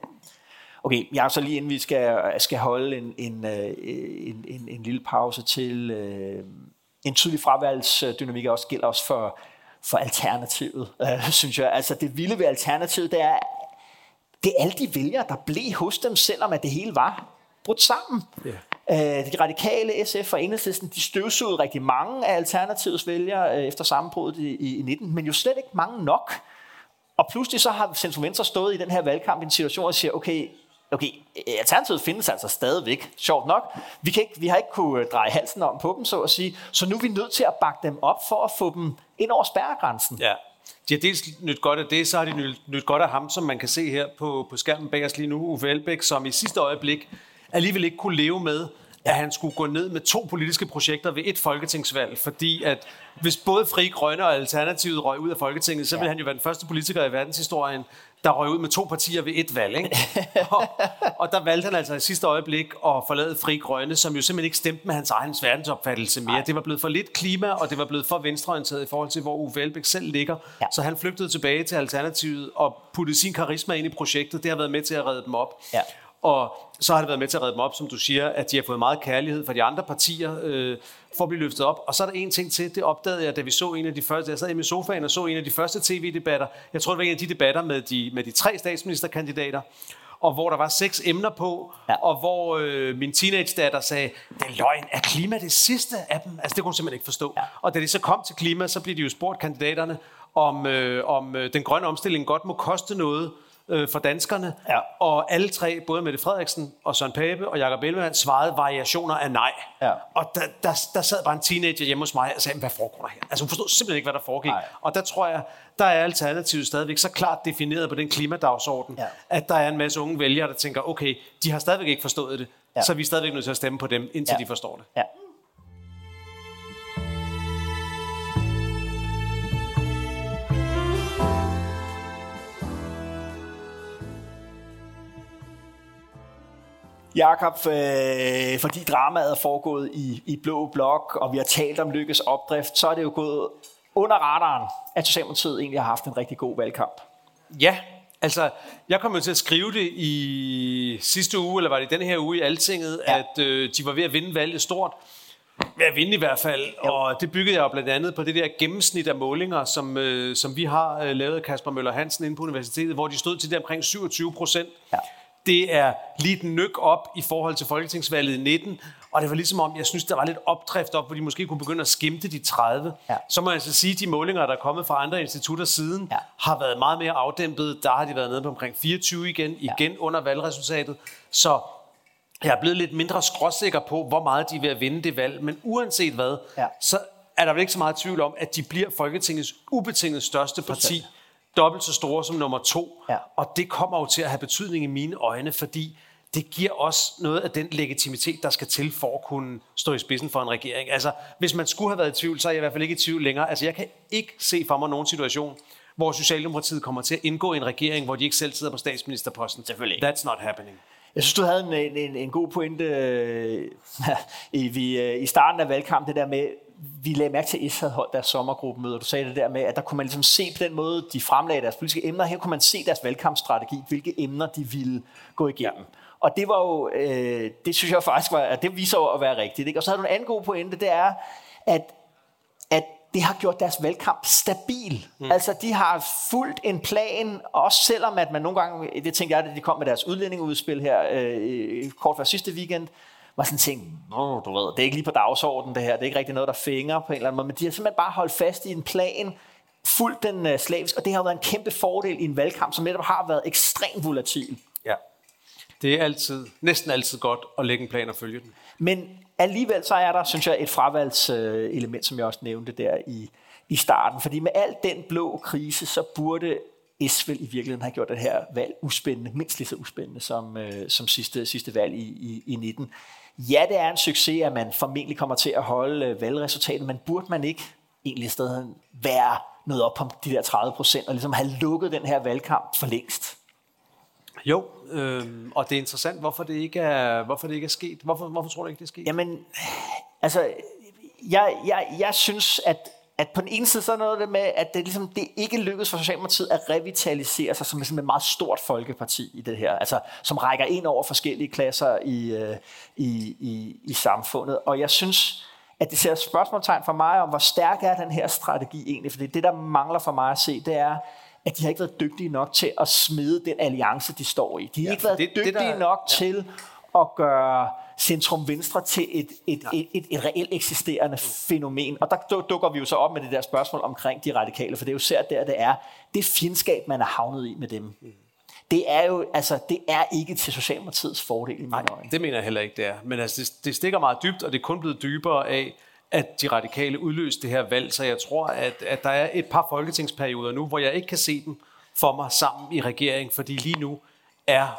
Okay, jeg er så lige inden vi skal, skal holde en, en, en, en, en lille pause til en tydelig fravalgsdynamik også gælder også for, for alternativet, øh, synes jeg. Altså det vilde ved alternativet, det er, det er alle de vælgere, der blev hos dem, selvom at det hele var brudt sammen. Yeah. De radikale, S F og Enhedslisten, de støvsugede rigtig mange af Alternativets vælgere efter sammenbruddet i, i nitten, men jo slet ikke mange nok. Og pludselig så har Centrum Venstre stået i den her valgkamp i en situation og siger, okay, okay, Alternativet findes altså stadigvæk, sjovt nok. Vi, kan ikke, vi har ikke kunne dreje halsen om på dem, så at sige, så nu er vi nødt til at bakke dem op for at få dem ind over spærregrænsen. Ja. De har dels nyt godt af det, så har de nyt, nyt godt af ham, som man kan se her på, på skærmen bag os lige nu, Uffe Elbæk, som i sidste øjeblik alligevel ikke kunne leve med, ja. at han skulle gå ned med to politiske projekter ved et folketingsvalg, fordi at hvis både Frie Grønne og Alternativet røg ud af Folketinget, så ville ja. han jo være den første politiker i verdenshistorien, der røg ud med to partier ved et valg. Ikke? og, og der valgte han altså i sidste øjeblik at forlade Frie Grønne, som jo simpelthen ikke stemte med hans egen verdensopfattelse mere. Nej. Det var blevet for lidt klima, og det var blevet for venstreorienteret i forhold til, hvor Uffe Elbæk selv ligger. Ja. Så han flygtede tilbage til Alternativet og puttede sin karisma ind i projektet. Det har været med til at redde dem op. Ja. Og så har det været med til at redde dem op, som du siger, at de har fået meget kærlighed fra de andre partier øh, for at blive løftet op. Og så er der en ting til, det opdagede jeg, da vi så en af de første, jeg sad hjemme i sofaen og så en af de første tv-debatter. Jeg tror, det var en af de debatter med de, med de tre statsministerkandidater, og hvor der var seks emner på, ja. og hvor øh, min teenage-datter sagde, det er løgn, er klima det sidste af dem? Altså det kunne hun simpelthen ikke forstå. Ja. Og da de så kom til klima, så blev de jo spurgt kandidaterne, om, øh, om øh, den grønne omstilling godt må koste noget for danskerne, ja. og alle tre, både Mette Frederiksen og Søren Pape og Jakob Ellemann, svarede variationer af nej. Ja. Og der, der, der sad bare en teenager hjemme hos mig og sagde, hvad foregår der her? Altså hun forstod simpelthen ikke, hvad der foregik. Nej. Og der tror jeg, der er Alternativet stadigvæk så klart defineret på den klimadagsorden, ja. at der er en masse unge vælgere, der tænker, okay, de har stadigvæk ikke forstået det, ja. så vi er stadigvæk nødt til at stemme på dem, indtil ja. de forstår det. Ja. Jakob, øh, fordi dramaet er foregået i, i Blå Blok, og vi har talt om Løkkes opdrift, så er det jo gået under radaren, at Socialdemokratiet egentlig har haft en rigtig god valgkamp. Ja, altså, jeg kom jo til at skrive det i sidste uge, eller var det i denne her uge i Altinget, ja. at øh, de var ved at vinde valget stort. Ved at vinde i hvert fald, ja. og det byggede jeg jo blandt andet på det der gennemsnit af målinger, som, øh, som vi har øh, lavet Kasper Møller Hansen inde på universitetet, hvor de stod til det omkring syvogtyve procent. Ja. Det er lige et nyk op i forhold til folketingsvalget i nitten, og det var ligesom om, jeg synes, der var lidt opdrift op, hvor de måske kunne begynde at skimte de tredive. Ja. Så må jeg altså sige, at de målinger, der er kommet fra andre institutter siden, ja. har været meget mere afdæmpet. Der har de været nede på omkring fireogtyve igen, igen ja. under valgresultatet. Så jeg er blevet lidt mindre skråsikker på, hvor meget de er ved at vinde det valg. Men uanset hvad, ja. så er der vel ikke så meget tvivl om, at de bliver Folketingets ubetinget største parti. Dobbelt så store som nummer to. Ja. Og det kommer jo til at have betydning i mine øjne, fordi det giver også noget af den legitimitet, der skal til for at kunne stå i spidsen for en regering. Altså, hvis man skulle have været i tvivl, så er jeg i hvert fald ikke i tvivl længere. Altså, jeg kan ikke se for mig nogen situation, hvor Socialdemokratiet kommer til at indgå i en regering, hvor de ikke selv sidder på statsministerposten. Selvfølgelig. That's not happening. Jeg synes, du havde en, en, en god pointe øh, i, vi, øh, i starten af valgkampen, det der med, vi lagde mærke til, at S havde holdt deres sommergruppemøde, og du sagde det der med, at der kunne man ligesom se på den måde, de fremlagde deres politiske emner. Her kunne man se deres valgkampsstrategi, hvilke emner de ville gå igennem. Og det var jo, øh, det synes jeg faktisk var, at det viser jo at være rigtigt. Ikke? Og så havde du en anden god pointe, det er, at, at det har gjort deres valgkamp stabil. Mm. Altså, de har fulgt en plan, også selvom at man nogle gange, det tænkte jeg, at de kom med deres udlændingeudspil her øh, kort før sidste weekend, var sådan tænkt, du ved, det er ikke lige på dagsordenen det her, det er ikke rigtig noget, der fænger på en eller anden måde, men de har simpelthen bare holdt fast i en plan, fulgt den uh, slavisk, og det har været en kæmpe fordel i en valgkamp, som netop har været ekstremt volatil. Ja, det er altid, næsten altid godt at lægge en plan og følge den. Men alligevel så er der, synes jeg, et fravalgselement, som jeg også nævnte der i, i starten, fordi med al den blå krise, så burde S vel i virkeligheden have gjort det her valg uspændende, mindst lige så uspændende som, øh, som sidste, sidste valg i, i, i nitten. Ja, det er en succes, at man formentlig kommer til at holde øh, valgresultatet, men burde man ikke egentlig i stedet være noget op på de der tredive procent, og ligesom have lukket den her valgkamp for længst? Jo, øh, og det er interessant, hvorfor det ikke er, hvorfor det ikke er sket. Hvorfor, hvorfor tror du ikke, det er sket? Jamen, altså, jeg, jeg, jeg synes, at at på den ene side, så er noget af det med, at det, ligesom, det ikke lykkedes for Socialdemokratiet at revitalisere sig som et meget stort folkeparti i det her, altså som rækker ind over forskellige klasser i, i, i, i samfundet. Og jeg synes, at det ser spørgsmålstegn for mig om, hvor stærk er den her strategi egentlig, fordi det, der mangler for mig at se, det er, at de har ikke været dygtige nok til at smide den alliance, de står i. De har ja, ikke været det, dygtige det der, nok ja. til at gøre centrum-venstre til et, et, et, et, et reelt eksisterende fænomen. Og der dukker vi jo så op med det der spørgsmål omkring de radikale, for det er jo særligt der, det er det fjendskab, man er havnet i med dem. Mm. Det er jo, altså, det er ikke til Socialdemokratiets fordel i mine øjne. Det mener jeg heller ikke, det er. Men altså, det, det stikker meget dybt, og det er kun blevet dybere af, at de radikale udløste det her valg, så jeg tror, at, at der er et par folketingsperioder nu, hvor jeg ikke kan se dem for mig sammen i regering, fordi lige nu er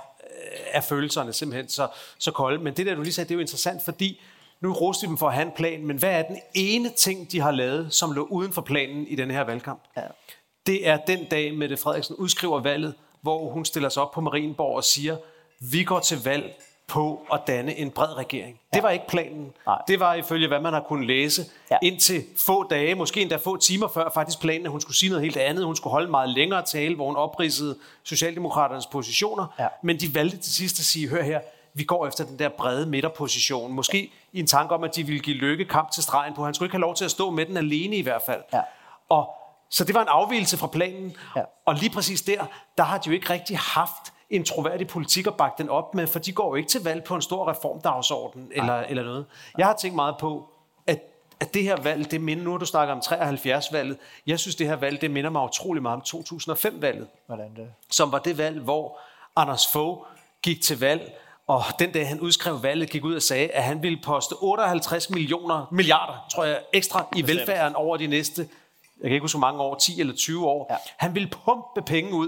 er følelserne simpelthen så, så kolde. Men det der, du lige sagde, det er jo interessant, fordi nu roste de dem for at have en plan, men hvad er den ene ting, de har lavet, som lå uden for planen i denne her valgkamp? Ja. Det er den dag, Mette Frederiksen udskriver valget, hvor hun stiller sig op på Marienborg og siger, vi går til valg på at danne en bred regering. Ja. Det var ikke planen. Nej. Det var ifølge, hvad man har kunnet læse, ja. indtil få dage, måske endda få timer før, faktisk planen, at hun skulle sige noget helt andet. Hun skulle holde meget længere tale, hvor hun opridsede Socialdemokraternes positioner. Ja. Men de valgte til sidst at sige, hør her, vi går efter den der brede midterposition. Måske i en tanke om, at de ville give Løkke kamp til stregen på. Han skulle ikke have lov til at stå med den alene i hvert fald. Ja. Og så det var en afvigelse fra planen. Ja. Og lige præcis der, der har de jo ikke rigtig haft en troværdig politik at bakke den op med, for de går jo ikke til valg på en stor reformdagsorden eller, eller noget. Jeg har tænkt meget på, at, at det her valg, det minder, nu har du snakket om treoghalvfjerds-valget, jeg synes, det her valg, det minder mig utrolig meget om to tusind og fem-valget. Hvordan det? Som var det valg, hvor Anders Fogh gik til valg, og den dag han udskrev valget, gik ud og sagde, at han ville poste otteoghalvtreds millioner, milliarder, tror jeg, ekstra i velfærden over de næste, jeg kan ikke huske så mange år, ti eller tyve år. Ja. Han ville pumpe penge ud.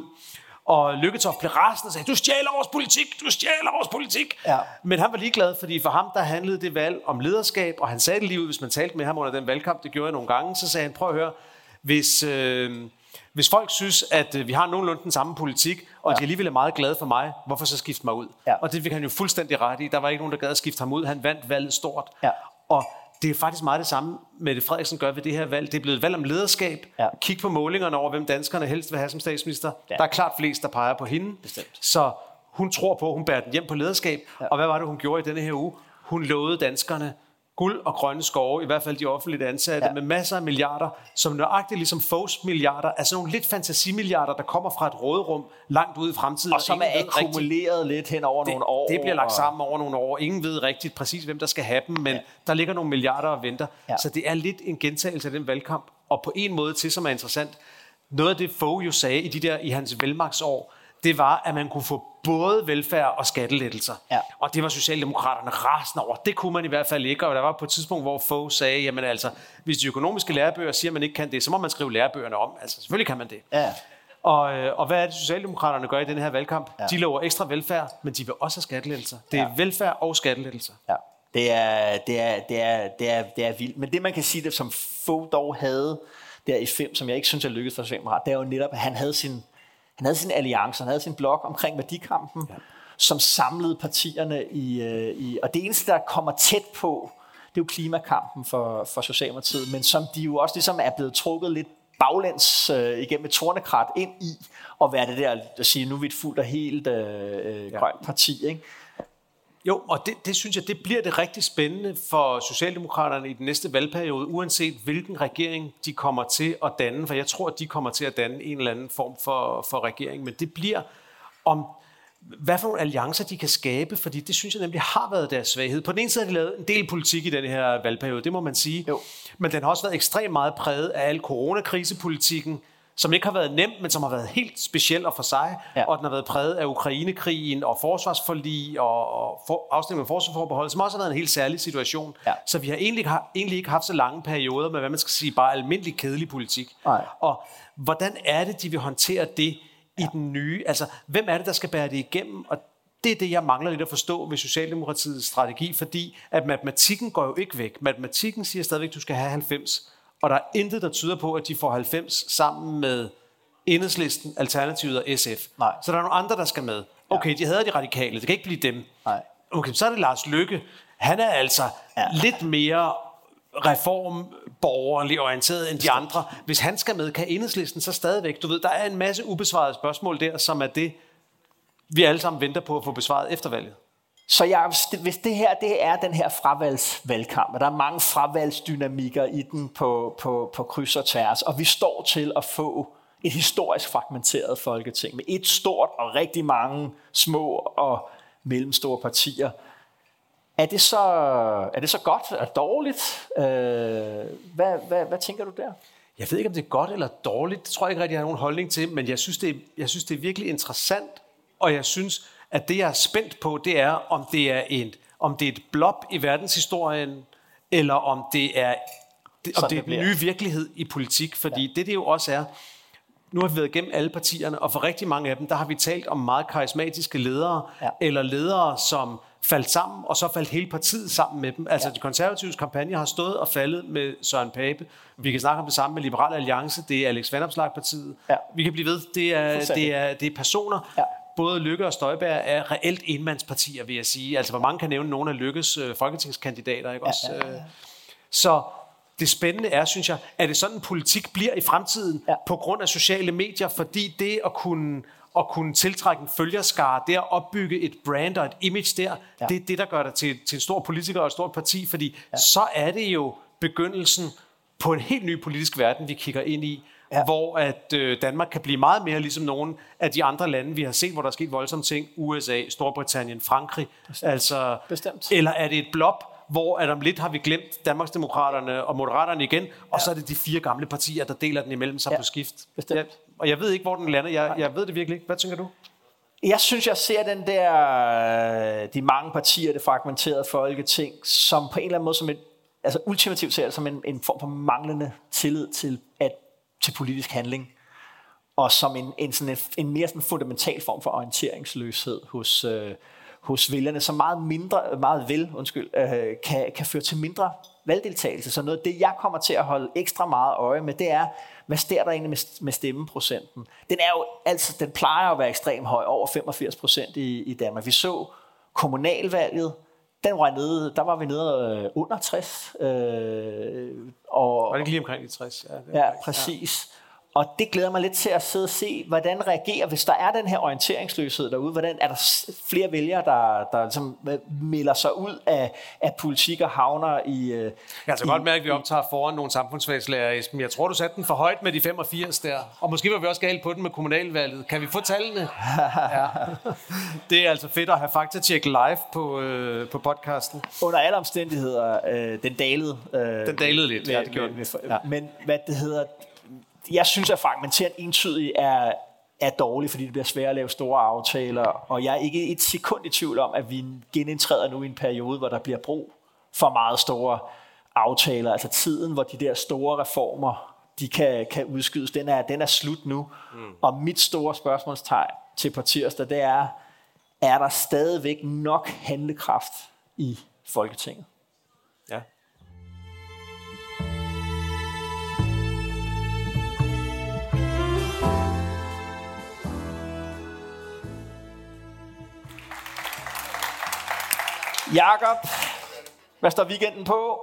Og Lykketoft blev rasende og sagde, du stjæler vores politik, du stjæler vores politik. Ja. Men han var ligeglad, fordi for ham, der handlede det valg om lederskab, og han sagde det lige ud, hvis man talte med ham under den valgkamp, det gjorde jeg nogle gange, så sagde han, prøv at høre, hvis, øh, hvis folk synes, at øh, vi har nogenlunde den samme politik, og ja. de alligevel er meget glade for mig, hvorfor så skifte mig ud? Ja. Og det fik han jo fuldstændig ret i. Der var ikke nogen, der gad at skifte ham ud. Han vandt valget stort. Ja. Og det er faktisk meget det samme, Mette Frederiksen gør ved det her valg. Det er blevet et valg om lederskab. Ja. Kig på målingerne over, hvem danskerne helst vil have som statsminister. Ja. Der er klart flest, der peger på hende. Bestemt. Så hun tror på, at hun bærer den hjem på lederskab. Ja. Og hvad var det, hun gjorde i denne her uge? Hun lovede danskerne guld og grønne skove, i hvert fald de offentligt ansatte, ja. med masser af milliarder, som nøjagtigt ligesom Foghs milliarder, altså nogle lidt fantasimilliarder, der kommer fra et råderum langt ude i fremtiden. Og som er akkumuleret lidt hen over det, nogle år. Det bliver lagt sammen over nogle år. Ingen ved rigtigt præcis, hvem der skal have dem, men ja. der ligger nogle milliarder og venter. Ja. Så det er lidt en gentagelse af den valgkamp. Og på en måde til, som er interessant, noget af det Fogh jo sagde i, de der, i hans velmagtsår, det var, at man kunne få både velfærd og skattelettelser. Ja. Og det var Socialdemokraterne rasende over. Det kunne man i hvert fald ikke. Og der var på et tidspunkt, hvor Fogh sagde, jamen altså, hvis de økonomiske lærebøger siger, at man ikke kan det, så må man skrive lærebøgerne om. Altså, selvfølgelig kan man det. Ja. Og, og hvad er det, Socialdemokraterne gør i den her valgkamp? Ja. De lover ekstra velfærd, men de vil også have skattelettelser. Det er ja. velfærd og skattelettelser. Ja. Det er, det, er, det, er, det, er, det er vildt. Men det, man kan sige, det som Fogh dog havde der i fem, som jeg ikke synes er lykkedes for Socialdemokraterne, det er jo netop, at han havde sin Han havde sin alliance, han havde sin blok omkring værdikampen, ja. som samlede partierne i, i... Og det eneste, der kommer tæt på, det er jo klimakampen for, for Socialdemokratiet, men som de jo også ligesom er blevet trukket lidt baglæns øh, igennem et tornekrat ind i, og være det der at sige, nu er vi et fuldt og helt øh, ja. grønt parti, ikke? Jo, og det, det synes jeg, det bliver det rigtig spændende for Socialdemokraterne i den næste valgperiode, uanset hvilken regering de kommer til at danne, for jeg tror, at de kommer til at danne en eller anden form for, for regering, men det bliver om, hvad for nogle alliancer de kan skabe, fordi det synes jeg nemlig har været deres svaghed. På den ene side har de lavet en del politik i den her valgperiode, det må man sige, jo. Men den har også været ekstremt meget præget af al coronakrisepolitikken, som ikke har været nem, men som har været helt speciel og for sig, ja. og den har været præget af Ukrainekrigen og forsvarsforlig og, og for, afstemning med forsvarsforbehold, som også har været en helt særlig situation. Ja. Så vi har egentlig, har egentlig ikke haft så lange perioder med, hvad man skal sige, bare almindelig kedelig politik. Nej. Og hvordan er det, de vil håndtere det ja. i den nye? Altså, hvem er det, der skal bære det igennem? Og det er det, jeg mangler lidt at forstå ved Socialdemokratiets strategi, fordi at matematikken går jo ikke væk. Matematikken siger stadigvæk, at du skal have halvfems. Og der er intet, der tyder på, at de får halvfems sammen med Enhedslisten, Alternativet og S F. Nej. Så der er nogle andre, der skal med. Okay, de havde de radikale, det kan ikke blive dem. Nej. Okay, så er det Lars Løkke. Han er altså ja. lidt mere reformborgerlig orienteret end de andre. Hvis han skal med, kan Enhedslisten så stadigvæk. Du ved, der er en masse ubesvarede spørgsmål der, som er det, vi alle sammen venter på at få besvaret efter valget. Så jeg, hvis det her det er den her fravalgsvalgkamp, og der er mange fravalgsdynamikker i den på, på, på kryds og tværs, og vi står til at få et historisk fragmenteret folketing med et stort og rigtig mange små og mellemstore partier. Er det så, er det så godt eller dårligt? Øh, hvad, hvad, hvad tænker du der? Jeg ved ikke, om det er godt eller dårligt. Det tror jeg ikke rigtig, jeg har nogen holdning til, men jeg synes, det er, jeg synes, det er virkelig interessant, og jeg synes, at det, jeg er spændt på, det er, om det er et, om det er et blop i verdenshistorien, eller om det er, det, om det er den nye virkelighed i politik. Fordi ja. det, det jo også er, nu har vi været igennem alle partierne, og for rigtig mange af dem, der har vi talt om meget karismatiske ledere, ja. eller ledere, som faldt sammen, og så faldt hele partiet sammen med dem. Altså, ja. De konservatives kampagne har stået og faldet med Søren Pape. Vi kan snakke om det samme med Liberal Alliance, det er Alex Vanopslagh-partiet. Ja. Vi kan blive ved, det er, det er, det er personer. Ja. Både Løkke og Støjberg er reelt enmandspartier, vil jeg sige. Altså, hvor mange kan nævne nogle af Lykkes øh, folketingskandidater, ikke også? Ja, ja, ja. Så det spændende er, synes jeg, at det sådan, politik bliver i fremtiden ja. på grund af sociale medier, fordi det at kunne, at kunne tiltrække en følgerskare, det at opbygge et brand og et image der, ja. det er det, der gør dig til, til en stor politiker og et stort parti, fordi ja. så er det jo begyndelsen på en helt ny politisk verden, vi kigger ind i, ja. hvor at øh, Danmark kan blive meget mere ligesom nogle af de andre lande, vi har set, hvor der er sket voldsomme ting, U S A, Storbritannien, Frankrig, Bestemt. altså, Bestemt. eller er det et blob, hvor at om lidt har vi glemt Danmarksdemokraterne og Moderaterne igen, og ja. så er det de fire gamle partier, der deler den imellem sig ja. på skift. Bestemt. Ja, og jeg ved ikke, hvor den lander. Jeg, jeg ved det virkelig ikke. Hvad tænker du? Jeg synes, jeg ser den der, de mange partier, det fragmenterede folketing, som på en eller anden måde, som et, altså ultimativt ser som en, en form for manglende tillid til, at, til politisk handling, og som en, en, sådan en, en mere sådan fundamental form for orienteringsløshed hos øh, hos vælgerne, som meget mindre, meget vel, undskyld, øh, kan, kan føre til mindre valgdeltagelse. Så noget af det, jeg kommer til at holde ekstra meget øje med, det er, hvad sker der egentlig med, med stemmeprocenten? Den er jo altså, den plejer at være ekstremt høj, over femogfirs procent i, i Danmark. Vi så kommunalvalget, den var nede, der var vi nede øh, under tres. Øh, og, var det ikke lige omkring de tres? Ja, ja præcis. Ja. Og det glæder mig lidt til at sidde og se, hvordan reagerer, hvis der er den her orienteringsløshed derude, hvordan er der flere vælgere, der, der ligesom melder sig ud af, af politik og havner i... Jeg kan så i, godt mærke, at vi optager foran nogle samfundsfagslærer, Esben. Jeg tror, du satte den for højt med de femogfirs der. Og måske var vi også galt på den med kommunalvalget. Kan vi få tallene? Ja. Det er altså fedt at have faktatjek live på, øh, på podcasten. Under alle omstændigheder, øh, den dalede. Øh, den dalede lidt, ja, det gjorde den. Ja. Men hvad det hedder... Jeg synes, at fragmenteret entydigt er, er dårligt, fordi det bliver svært at lave store aftaler, og jeg er ikke et sekund i tvivl om, at vi genindtræder nu i en periode, hvor der bliver brug for meget store aftaler. Altså tiden, hvor de der store reformer, de kan, kan udskydes, den er, den er slut nu. Mm. Og mit store spørgsmålstegn til på tirsdag, det er, er der stadigvæk nok handlekraft i Folketinget? Ja. Jakob, hvad står weekenden på?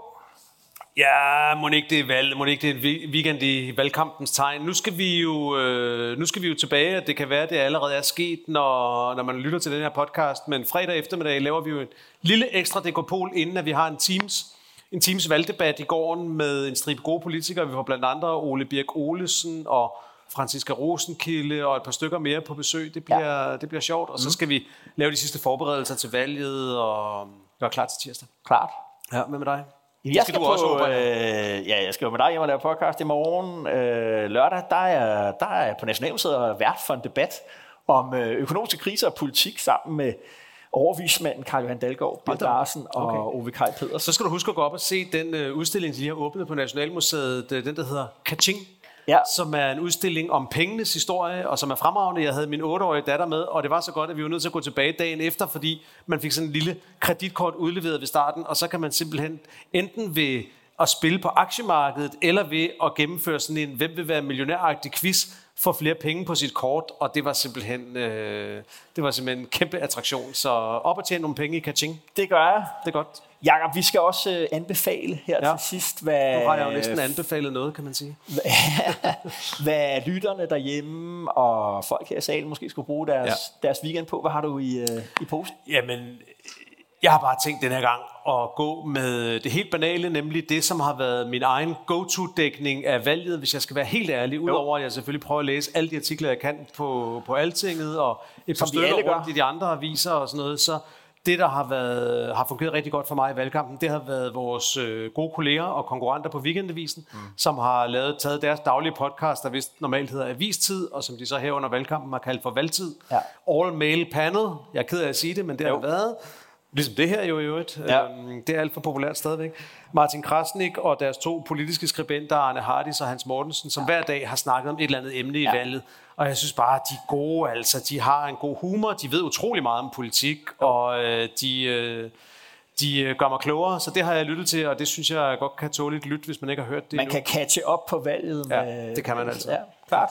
Ja, må ikke det er valg, må ikke det er en weekend i valgkampens tegn. Nu skal vi jo, øh, nu skal vi jo tilbage, og det kan være, at det allerede er sket, når, når man lytter til den her podcast. Men fredag eftermiddag laver vi jo en lille ekstra dekopol, inden at vi har en Teams, en Teams valgdebat i går med en stribe gode politikere. Vi får blandt andre Ole Birk Olesen og Franciska Rosenkilde og et par stykker mere på besøg. Det bliver, ja. det bliver sjovt. Og så skal vi lave de sidste forberedelser til valget og gøre klar til tirsdag. Klart. Ja, hvad med dig? Jeg skal, skal du på, også håbe, øh, ja, jeg skal jo med dig hjem og lave podcast i morgen. Øh, lørdag, der er, der er jeg på Nationalmuseet og vært for en debat om øh, økonomiske kriser og politik sammen med overvismanden Carl Johan Dalgaard, Birk Larsen og okay. Ove Kaj Pedersen. Så skal du huske at gå op og se den øh, udstilling, de har åbnet på Nationalmuseet, den der hedder Kaching. Ja. Som er en udstilling om pengenes historie, og som er fremragende. Jeg havde min otteårige datter med, og det var så godt, at vi var nødt til at gå tilbage dagen efter, fordi man fik sådan en lille kreditkort udleveret ved starten, og så kan man simpelthen enten ved at spille på aktiemarkedet, eller ved at gennemføre sådan en hvem vil være millionæragtig quiz, få flere penge på sit kort, og det var simpelthen, øh, det var simpelthen en kæmpe attraktion. Så op og tjene nogle penge i Kaching. Det gør jeg. Det er godt. Jakob, vi skal også øh, anbefale her ja. til sidst, hvad... Nu har jeg jo næsten anbefalet noget, kan man sige. Hvad lytterne derhjemme og folk her i salen måske skulle bruge deres, ja. deres weekend på. Hvad har du i, øh, i posen? Jamen, jeg har bare tænkt den her gang at gå med det helt banale, nemlig det, som har været min egen go-to-dækning af valget, hvis jeg skal være helt ærlig. Udover at jeg selvfølgelig prøver at læse alle de artikler, jeg kan på, på Altinget, og et par stykker rundt i de andre aviser og sådan noget, så... Det, der har, været, har fungeret rigtig godt for mig i valgkampen, det har været vores øh, gode kolleger og konkurrenter på Weekendavisen, mm. som har lavet, taget deres daglige podcast, der vist normalt hedder Avistid, og som de så her under valgkampen har kaldt for Valgtid. Ja. All male panel. Jeg er ked af at sige det, men det jo. har været. Ligesom det her jo i øvrigt. Ja. Øhm, det er alt for populært stadigvæk. Martin Krasnik og deres to politiske skribenter, Arne Hardis og Hans Mortensen, som ja. hver dag har snakket om et eller andet emne i ja. valget. Og jeg synes bare, at de er gode, altså. De har en god humor, de ved utrolig meget om politik, ja. og øh, de, øh, de gør mig klogere. Så det har jeg lyttet til, og det synes jeg godt kan tåle et lyt, hvis man ikke har hørt det Man endnu. kan catche op på valget. Med, ja, det kan man altså. Ja, klart.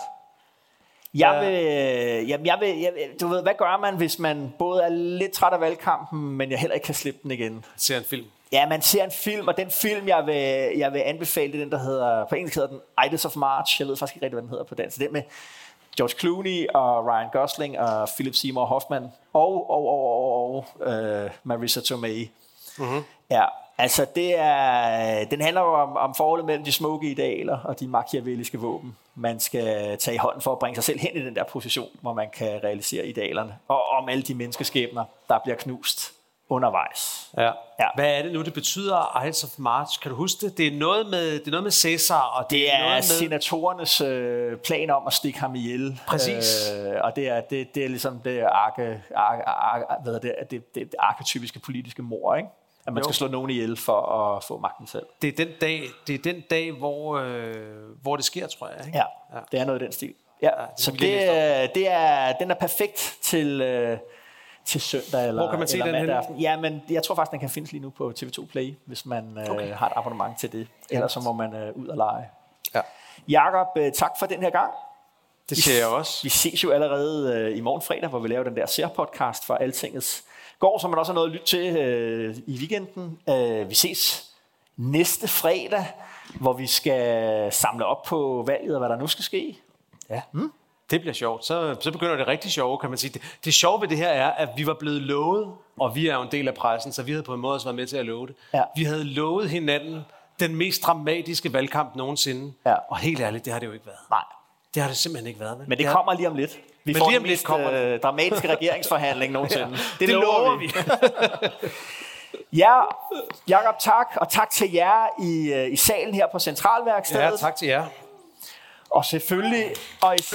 Jeg vil, jamen jeg vil, jeg vil, du ved, hvad gør man, hvis man både er lidt træt af valgkampen, men jeg heller ikke kan slippe den igen? Ser en film. Ja, man ser en film, og den film, jeg vil, jeg vil anbefale, det er den, der hedder, på engelsk hedder den Ides of March. Jeg ved faktisk ikke rigtig, hvad den hedder på dansk. Det er med George Clooney og Ryan Gosling og Philip Seymour Hoffman og, og, og, og, og uh, Marisa Tomei. Mm-hmm. Ja, altså det er, den handler jo om, om forholdet mellem de smukke idealer og de machiavelliske våben. Man skal tage i hånden for at bringe sig selv hen i den der position, hvor man kan realisere idealerne. Og om alle de menneskeskæbner, der bliver knust undervejs. Ja. Ja. Hvad er det nu, det betyder, Ides of March? Kan du huske det? Det er noget med, det er noget med Cæsar. Og det, det er, er noget med senatorernes øh, plan om at stikke ham ihjel. Præcis. Øh, og det er, det, det er ligesom det arke, arke, arke, hvad er det, det, det, det arketypiske politiske mord, ikke? At man jo. skal slå nogen ihjel for at få magten selv. Det er den dag, det er den dag hvor, øh, hvor det sker, tror jeg. Ikke? Ja, ja, det er noget i den stil. Ja, ja, det så det, det er, den er perfekt til, øh, til søndag eller, hvor kan man se eller den mandag aften. Ja, men jeg tror faktisk, den kan findes lige nu på T V to Play, hvis man øh, okay. har et abonnement til det. Ellers så må man øh, ud og lege. Ja. Jakob, øh, tak for den her gang. Det siger jeg også. Vi ses jo allerede øh, i morgen fredag, hvor vi laver den der særpodcast for Altingets går, så man også har noget at lytte til øh, i weekenden. Øh, vi ses næste fredag, hvor vi skal samle op på valget og hvad der nu skal ske. Ja, hmm? Det bliver sjovt. Så, så begynder det rigtig sjove, kan man sige. Det, det sjove ved det her er, at vi var blevet lovet, og vi er jo en del af pressen, så vi havde på en måde også været med til at love det. Ja. Vi havde lovet hinanden den mest dramatiske valgkamp nogensinde. Ja. Og helt ærligt, det har det jo ikke været. Nej. Det har det simpelthen ikke været. Men, men det, det kommer har... lige om lidt. Vi Men får lige om den lidt mest kommer øh, dramatiske regeringsforhandling nogensinde. Ja, det, det lover vi. vi. Ja, Jakob, tak. Og tak til jer i, i salen her på Centralværkstedet. Ja, tak til jer. Og selvfølgelig, og især...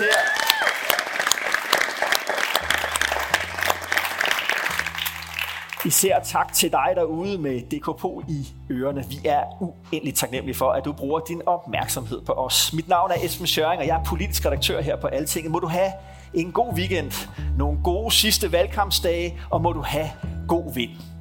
Især tak til dig derude med D K Pol i ørerne. Vi er uendeligt taknemmelige for, at du bruger din opmærksomhed på os. Mit navn er Esben Schøring, og jeg er politisk redaktør her på Altinget. Må du have en god weekend, nogle gode sidste valgkampsdage, og må du have god vind.